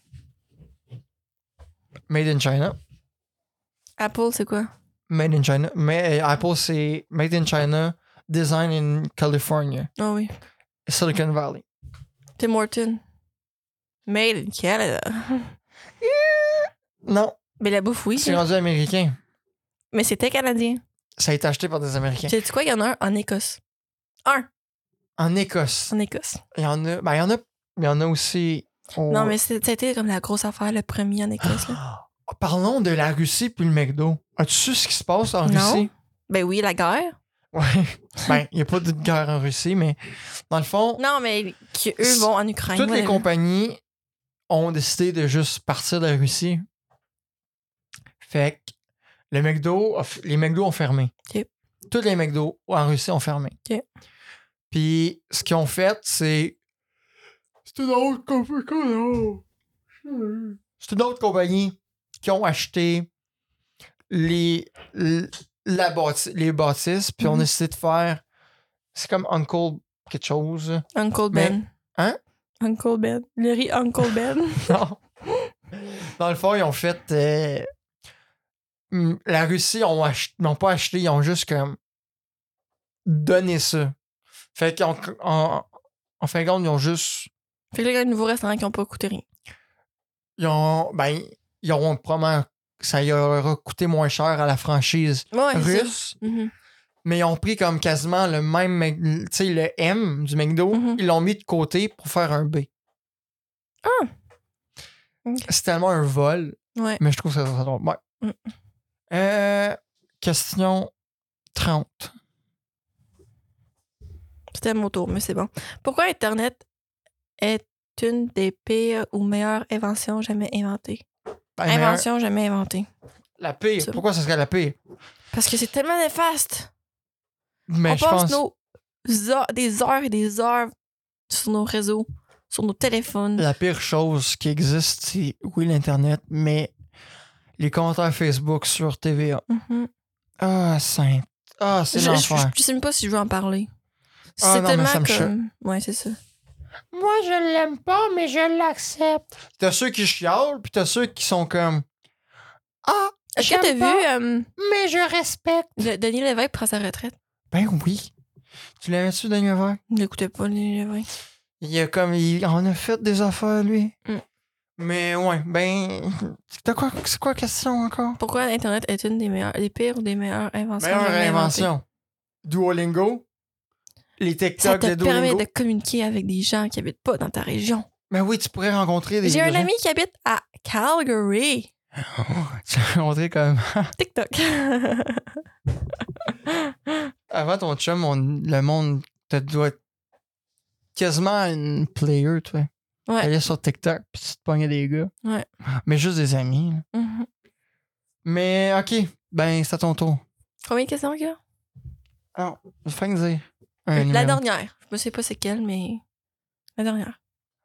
Speaker 1: Made in China.
Speaker 2: Apple, c'est quoi?
Speaker 1: Made in China. Mais Apple, c'est Made in China, Design in California.
Speaker 2: Ah oui.
Speaker 1: Silicon Valley.
Speaker 2: Tim Horton. Made in Canada.
Speaker 1: Non,
Speaker 2: Mais la bouffe, oui.
Speaker 1: c'est rendu américain.
Speaker 2: Mais c'était canadien.
Speaker 1: Ça a été acheté par des Américains.
Speaker 2: Tu sais quoi? Il y en a un en Écosse. Un
Speaker 1: En Écosse.
Speaker 2: en Écosse.
Speaker 1: Il y en a. Ben, il y en a aussi.
Speaker 2: Non, mais ça a été comme la grosse affaire, le premier en Écosse. Là.
Speaker 1: Parlons de la Russie puis le McDo. As-tu su ce qui se passe en
Speaker 2: Non.
Speaker 1: Russie?
Speaker 2: Ben oui, la guerre.
Speaker 1: Ouais. Ben, il n'y a pas de guerre en Russie, mais dans le fond,
Speaker 2: Non, mais eux vont en Ukraine.
Speaker 1: toutes les
Speaker 2: whatever.
Speaker 1: compagnies ont décidé de juste partir de la Russie. Fait que les McDo ont fermé.
Speaker 2: Ok.
Speaker 1: tous les McDo en Russie ont fermé.
Speaker 2: OK.
Speaker 1: Puis ce qu'ils ont fait, c'est une autre compagnie. C'est une autre compagnie qui ont acheté les bâtisses, puis on a décidé de faire. C'est comme Uncle quelque chose.
Speaker 2: Uncle
Speaker 1: Mais-
Speaker 2: Ben.
Speaker 1: Hein?
Speaker 2: Uncle Ben. Le riz Uncle Ben.
Speaker 1: Non. Dans le fond, ils ont fait. La Russie n'ont pas acheté, ils ont juste comme donné ça. Fait qu'en en fin de compte, ils ont juste.
Speaker 2: Fait que là, il y a un nouveau restaurant qui n'ont pas coûté rien.
Speaker 1: Ils auront probablement. Ça y aura coûté moins cher à la franchise
Speaker 2: Ouais, c'est
Speaker 1: russe.
Speaker 2: ça. Mhm.
Speaker 1: Mais ils ont pris comme quasiment le même. Tu sais, le M du McDo,
Speaker 2: Mhm.
Speaker 1: ils l'ont mis de côté pour faire un B.
Speaker 2: Ah! Ok.
Speaker 1: C'est tellement un vol,
Speaker 2: Ouais.
Speaker 1: mais je trouve ça drôle. Ouais. Question 30.
Speaker 2: C'était mon tour, mais c'est bon. Pourquoi Internet est une des pires ou meilleures inventions jamais inventées?
Speaker 1: Ben, mais
Speaker 2: Invention jamais inventée.
Speaker 1: la pire.
Speaker 2: Ça.
Speaker 1: Pourquoi ça serait la pire?
Speaker 2: Parce que c'est tellement néfaste.
Speaker 1: Mais
Speaker 2: On
Speaker 1: je
Speaker 2: passe
Speaker 1: pense
Speaker 2: des heures et des heures sur nos réseaux, sur nos téléphones.
Speaker 1: la pire chose qui existe, c'est oui l'Internet, mais les commentaires Facebook sur TVA.
Speaker 2: Mhm.
Speaker 1: Ah, c'est
Speaker 2: Je
Speaker 1: l'enfer.
Speaker 2: sais même pas si je veux en parler.
Speaker 1: Ah
Speaker 2: C'est
Speaker 1: non, mais
Speaker 2: tellement
Speaker 1: ça me
Speaker 2: comme... Ouais, c'est ça.
Speaker 1: Moi, je l'aime pas, mais je l'accepte. T'as ceux qui chialent, puis t'as ceux qui sont comme ah,
Speaker 2: Est-ce que t'as
Speaker 1: j'aime pas,
Speaker 2: vu
Speaker 1: mais je respecte.
Speaker 2: Denis Lévesque prend sa retraite?
Speaker 1: Ben oui. Tu l'avais-tu, Denis Lévesque?
Speaker 2: Je l'écoutais pas, Denis Lévesque.
Speaker 1: Il en a fait des affaires, lui.
Speaker 2: Mm.
Speaker 1: Mais ouais, ben. C'est quoi la question encore?
Speaker 2: Pourquoi Internet est une des pires ou des meilleures inventions
Speaker 1: Meilleure
Speaker 2: jamais inventées?
Speaker 1: invention. Duolingo. Les
Speaker 2: Ça
Speaker 1: TikTok
Speaker 2: te
Speaker 1: de Duolingo.
Speaker 2: permet de communiquer avec des gens qui habitent pas dans ta région.
Speaker 1: Ben oui, tu pourrais rencontrer des
Speaker 2: J'ai un
Speaker 1: gens.
Speaker 2: ami qui habite à Calgary.
Speaker 1: Tu vas rencontrer comme.
Speaker 2: TikTok.
Speaker 1: Avant ton chum, le monde te doit être quasiment une player, toi.
Speaker 2: Ouais.
Speaker 1: T'allais sur TikTok, puis tu te pognais des gars.
Speaker 2: Ouais.
Speaker 1: Mais juste des amis. Là.
Speaker 2: Mhm.
Speaker 1: Mais OK, ben c'est à ton tour.
Speaker 2: Combien de questions qu'il y a?
Speaker 1: Alors, je vais faire dire. Un
Speaker 2: La
Speaker 1: numéro.
Speaker 2: dernière. Je ne sais pas c'est quelle, mais la dernière.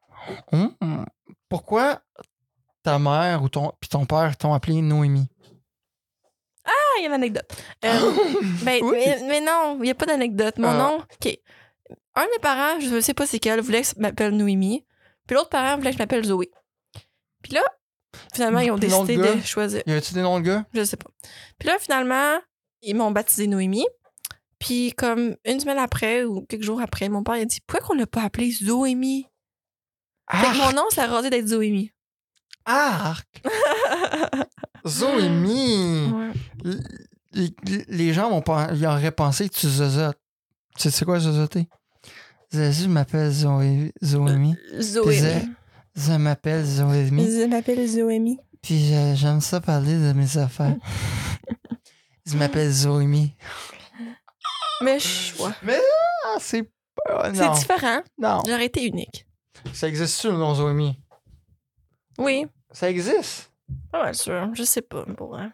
Speaker 1: Pourquoi ta mère ou puis ton père t'ont appelé Noémie?
Speaker 2: Ah, il y a une anecdote. Ben,
Speaker 1: Oui.
Speaker 2: mais non, il n'y a pas d'anecdote. Mon
Speaker 1: Ah.
Speaker 2: nom, OK. Un des parents, je ne sais pas c'est quel, voulait que je m'appelle Noémie. Puis l'autre parent voulait que je m'appelle Zoé. Puis là, finalement, ils ont
Speaker 1: Puis l'autre
Speaker 2: décidé
Speaker 1: gars?
Speaker 2: de choisir.
Speaker 1: Y avait-tu des noms de gars?
Speaker 2: Je sais pas. Puis là, finalement, ils m'ont baptisé Noémie. Puis comme une semaine après ou quelques jours après, mon père il a dit « Pourquoi qu'on l'a pas appelé Zoémie? » Fait que mon nom, ça a rasé d'être Zoémie.
Speaker 1: Arc! Zoémie!
Speaker 2: Ouais.
Speaker 1: Les gens ils auraient pensé que tu zozotes. Tu sais c'est quoi zozoter? Je m'appelle Zoémie.
Speaker 2: Zoémie.
Speaker 1: Je m'appelle Zoémie.
Speaker 2: Je m'appelle Zoémie.
Speaker 1: Puis j'aime ça parler de mes affaires. Je m'appelle Zoémie.
Speaker 2: Mais choix.
Speaker 1: Ah, c'est pas.
Speaker 2: C'est
Speaker 1: Non.
Speaker 2: différent.
Speaker 1: Non.
Speaker 2: J'aurais été unique.
Speaker 1: Ça existe-tu le nom Zoémie?
Speaker 2: Oui.
Speaker 1: Ça existe?
Speaker 2: Pas mal sûr. Je sais pas. Pour vrai.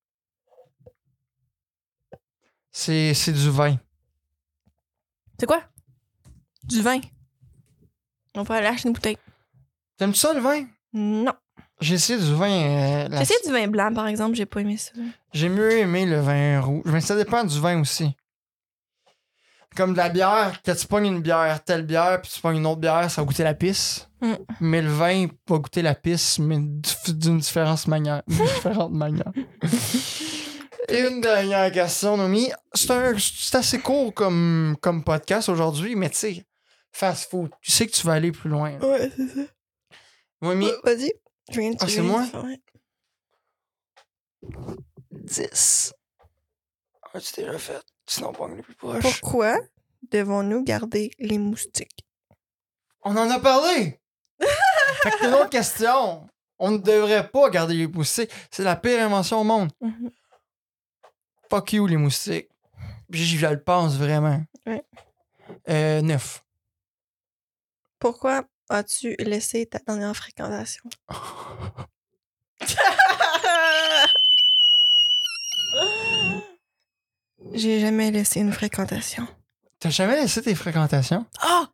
Speaker 1: C'est du vin.
Speaker 2: C'est quoi? Du vin. On peut aller acheter une bouteille.
Speaker 1: T'aimes-tu ça le vin?
Speaker 2: Non.
Speaker 1: J'ai essayé du vin.
Speaker 2: J'ai essayé du vin blanc, par exemple. J'ai pas aimé ça.
Speaker 1: J'ai mieux aimé le vin rouge. Mais ça dépend du vin aussi. Comme de la bière, quand tu pognes une bière, telle bière, puis tu pognes une autre bière, ça va goûter la pisse.
Speaker 2: Mm.
Speaker 1: Mais le vin va goûter la pisse, mais d'une différente manière. Et une dernière question, Noémie. C'est assez court comme podcast aujourd'hui, mais tu sais, fast food. Tu sais que tu vas aller plus loin.
Speaker 2: Ouais, c'est ça.
Speaker 1: Noémie,
Speaker 2: Vas-y. Je viens de
Speaker 1: c'est moi?
Speaker 2: Ouais.
Speaker 1: 10. As-tu déjà fait? Sinon, pas les plus proches.
Speaker 2: Pourquoi devons-nous garder les moustiques?
Speaker 1: On en a parlé! Fait que c'est une autre question. On ne devrait pas garder les moustiques. C'est la pire invention au monde.
Speaker 2: Mhm.
Speaker 1: Fuck you, les moustiques. Je le pense vraiment.
Speaker 2: Ouais.
Speaker 1: 9.
Speaker 2: Pourquoi as-tu laissé ta dernière fréquentation? J'ai jamais laissé une fréquentation.
Speaker 1: T'as jamais laissé tes fréquentations?
Speaker 2: Ah!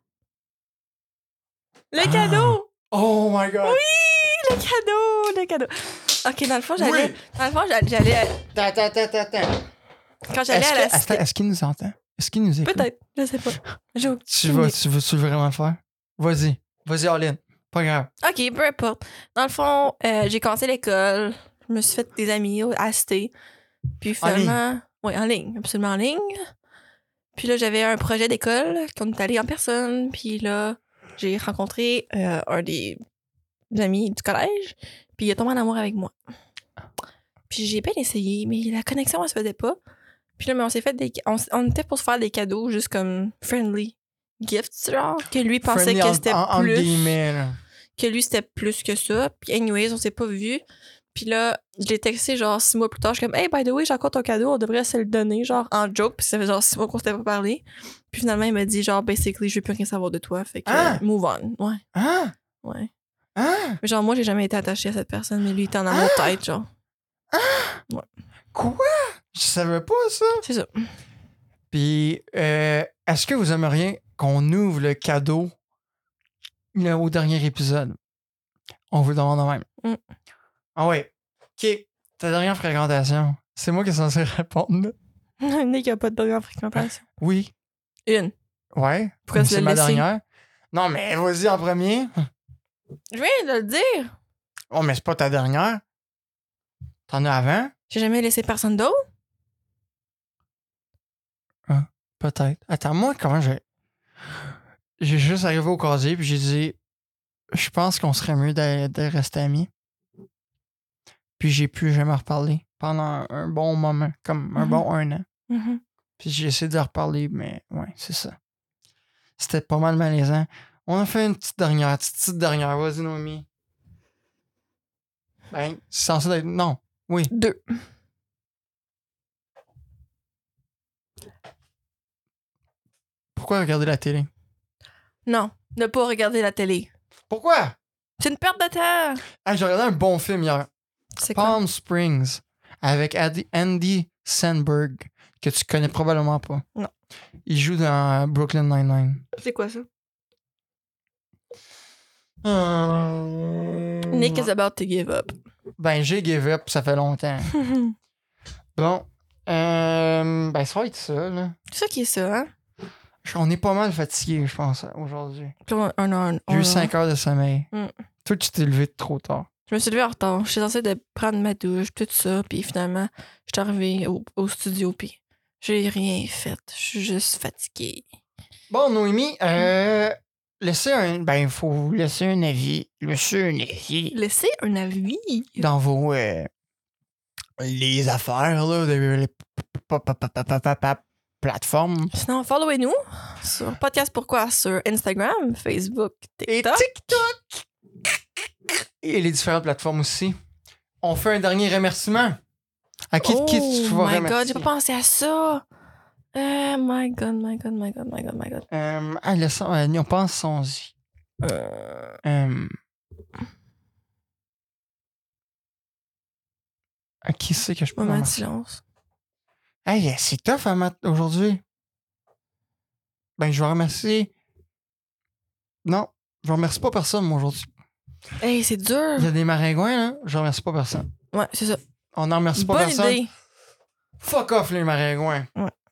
Speaker 2: Le cadeau!
Speaker 1: Oh my God!
Speaker 2: Oui! Le cadeau! Ok, dans le fond, j'allais...
Speaker 1: Oui.
Speaker 2: Dans le fond, j'allais...
Speaker 1: Attends.
Speaker 2: Quand j'allais à la cité...
Speaker 1: Est-ce qu'il nous entend? Est-ce qu'il nous écoute?
Speaker 2: Peut-être, je sais pas.
Speaker 1: Tu veux vraiment le faire? Vas-y, all-in. Pas grave.
Speaker 2: Ok, peu importe. Dans le fond, j'ai commencé l'école. Je me suis fait des amis à la cité. Puis finalement... Oui, en ligne. Absolument en ligne. Puis là, j'avais un projet d'école qu'on est allé en personne. Puis là, j'ai rencontré un des amis du collège. Puis il a tombé en amour avec moi. Puis j'ai bien essayé, mais la connexion, elle se faisait pas. Puis là, mais on s'est fait on était pour se faire des cadeaux juste comme friendly gifts, genre, que lui pensait
Speaker 1: Friendly
Speaker 2: que c'était
Speaker 1: en
Speaker 2: plus...
Speaker 1: guillemets, là.
Speaker 2: Que lui, c'était plus que ça. Puis anyways, on s'est pas vus. Puis là, je l'ai texté genre 6 mois plus tard. Je suis comme, hey, by the way, j'ai encore ton cadeau, on devrait se le donner, genre en joke. Puis ça fait genre 6 mois qu'on s'était pas parlé. Puis finalement, il m'a dit, genre, basically, je veux plus rien savoir de toi. Fait que, move on. Ouais.
Speaker 1: Hein?
Speaker 2: Ouais.
Speaker 1: Hein?
Speaker 2: Mais genre, moi, j'ai jamais été attachée à cette personne, mais lui, il était en amour tête, genre. Ouais.
Speaker 1: Quoi? Je savais pas ça.
Speaker 2: C'est ça.
Speaker 1: Puis, est-ce que vous aimeriez qu'on ouvre le cadeau là, au dernier épisode? On vous le demande de même. Ah ouais. OK. Ta dernière fréquentation, c'est moi qui est censé répondre.
Speaker 2: Nick a pas de dernière fréquentation.
Speaker 1: Oui.
Speaker 2: Une.
Speaker 1: Ouais.
Speaker 2: Pourquoi tu
Speaker 1: c'est
Speaker 2: l'as
Speaker 1: ma
Speaker 2: laissé?
Speaker 1: dernière. Non, mais vas-y en premier.
Speaker 2: Je viens de le dire.
Speaker 1: Oh, mais c'est pas ta dernière. T'en as avant?
Speaker 2: J'ai jamais laissé personne d'autre.
Speaker 1: Ah, peut-être. Attends, moi, comment j'ai... J'ai juste arrivé au casier, puis j'ai dit... Je pense qu'on serait mieux de rester amis. Puis j'ai plus jamais reparlé pendant un bon moment, comme un bon 1 an.
Speaker 2: Mm-hmm.
Speaker 1: Puis j'ai essayé de reparler, mais ouais, c'est ça. C'était pas mal malaisant. On a fait une petite dernière. Vas-y, Noémie. Ben, c'est censé être... Non. Oui.
Speaker 2: 2.
Speaker 1: Pourquoi regarder la télé?
Speaker 2: Non, ne pas regarder la télé.
Speaker 1: Pourquoi?
Speaker 2: C'est une perte de temps.
Speaker 1: Ah, j'ai regardé un bon film hier.
Speaker 2: C'est quoi?
Speaker 1: Palm Springs avec Andy Samberg, que tu connais probablement pas.
Speaker 2: Non.
Speaker 1: Il joue dans Brooklyn Nine-Nine.
Speaker 2: C'est quoi ça? Nick is about to give up.
Speaker 1: Ben, j'ai give up, ça fait longtemps. Bon. Ben, ça va être ça, là.
Speaker 2: C'est ça qui est ça, hein?
Speaker 1: On est pas mal fatigué, je pense, aujourd'hui.
Speaker 2: Puis
Speaker 1: J'ai eu 5 heures de sommeil.
Speaker 2: Mm.
Speaker 1: Toi, tu t'es levé trop tard.
Speaker 2: Je me suis levée en retard. Je suis censée de prendre ma douche, tout ça. Puis finalement, je suis arrivée au studio. Puis j'ai rien fait. Je suis juste fatiguée.
Speaker 1: Bon, Noémie, il faut laisser un avis.
Speaker 2: Laissez un avis.
Speaker 1: Dans vos... les affaires, là, les plateformes.
Speaker 2: Sinon, followez-nous sur Podcast Pourquoi sur Instagram, Facebook,
Speaker 1: Et
Speaker 2: TikTok.
Speaker 1: TikTok! Et les différentes plateformes aussi. On fait un dernier remerciement. À qui tu vas remercier?
Speaker 2: Oh my God, j'ai pas pensé à ça. My God.
Speaker 1: On pensons-y. À qui c'est que je peux
Speaker 2: Moment de
Speaker 1: remercier?
Speaker 2: silence.
Speaker 1: Hey, c'est tough aujourd'hui. Ben, je vais remercier... Non, je remercie pas personne, moi, aujourd'hui.
Speaker 2: Hey, c'est dur.
Speaker 1: Il y a des maringouins, là. Je remercie pas personne.
Speaker 2: Ouais, c'est ça.
Speaker 1: On n'en remercie pas
Speaker 2: Bonne
Speaker 1: personne.
Speaker 2: idée.
Speaker 1: Fuck off, les maringouins.
Speaker 2: Ouais.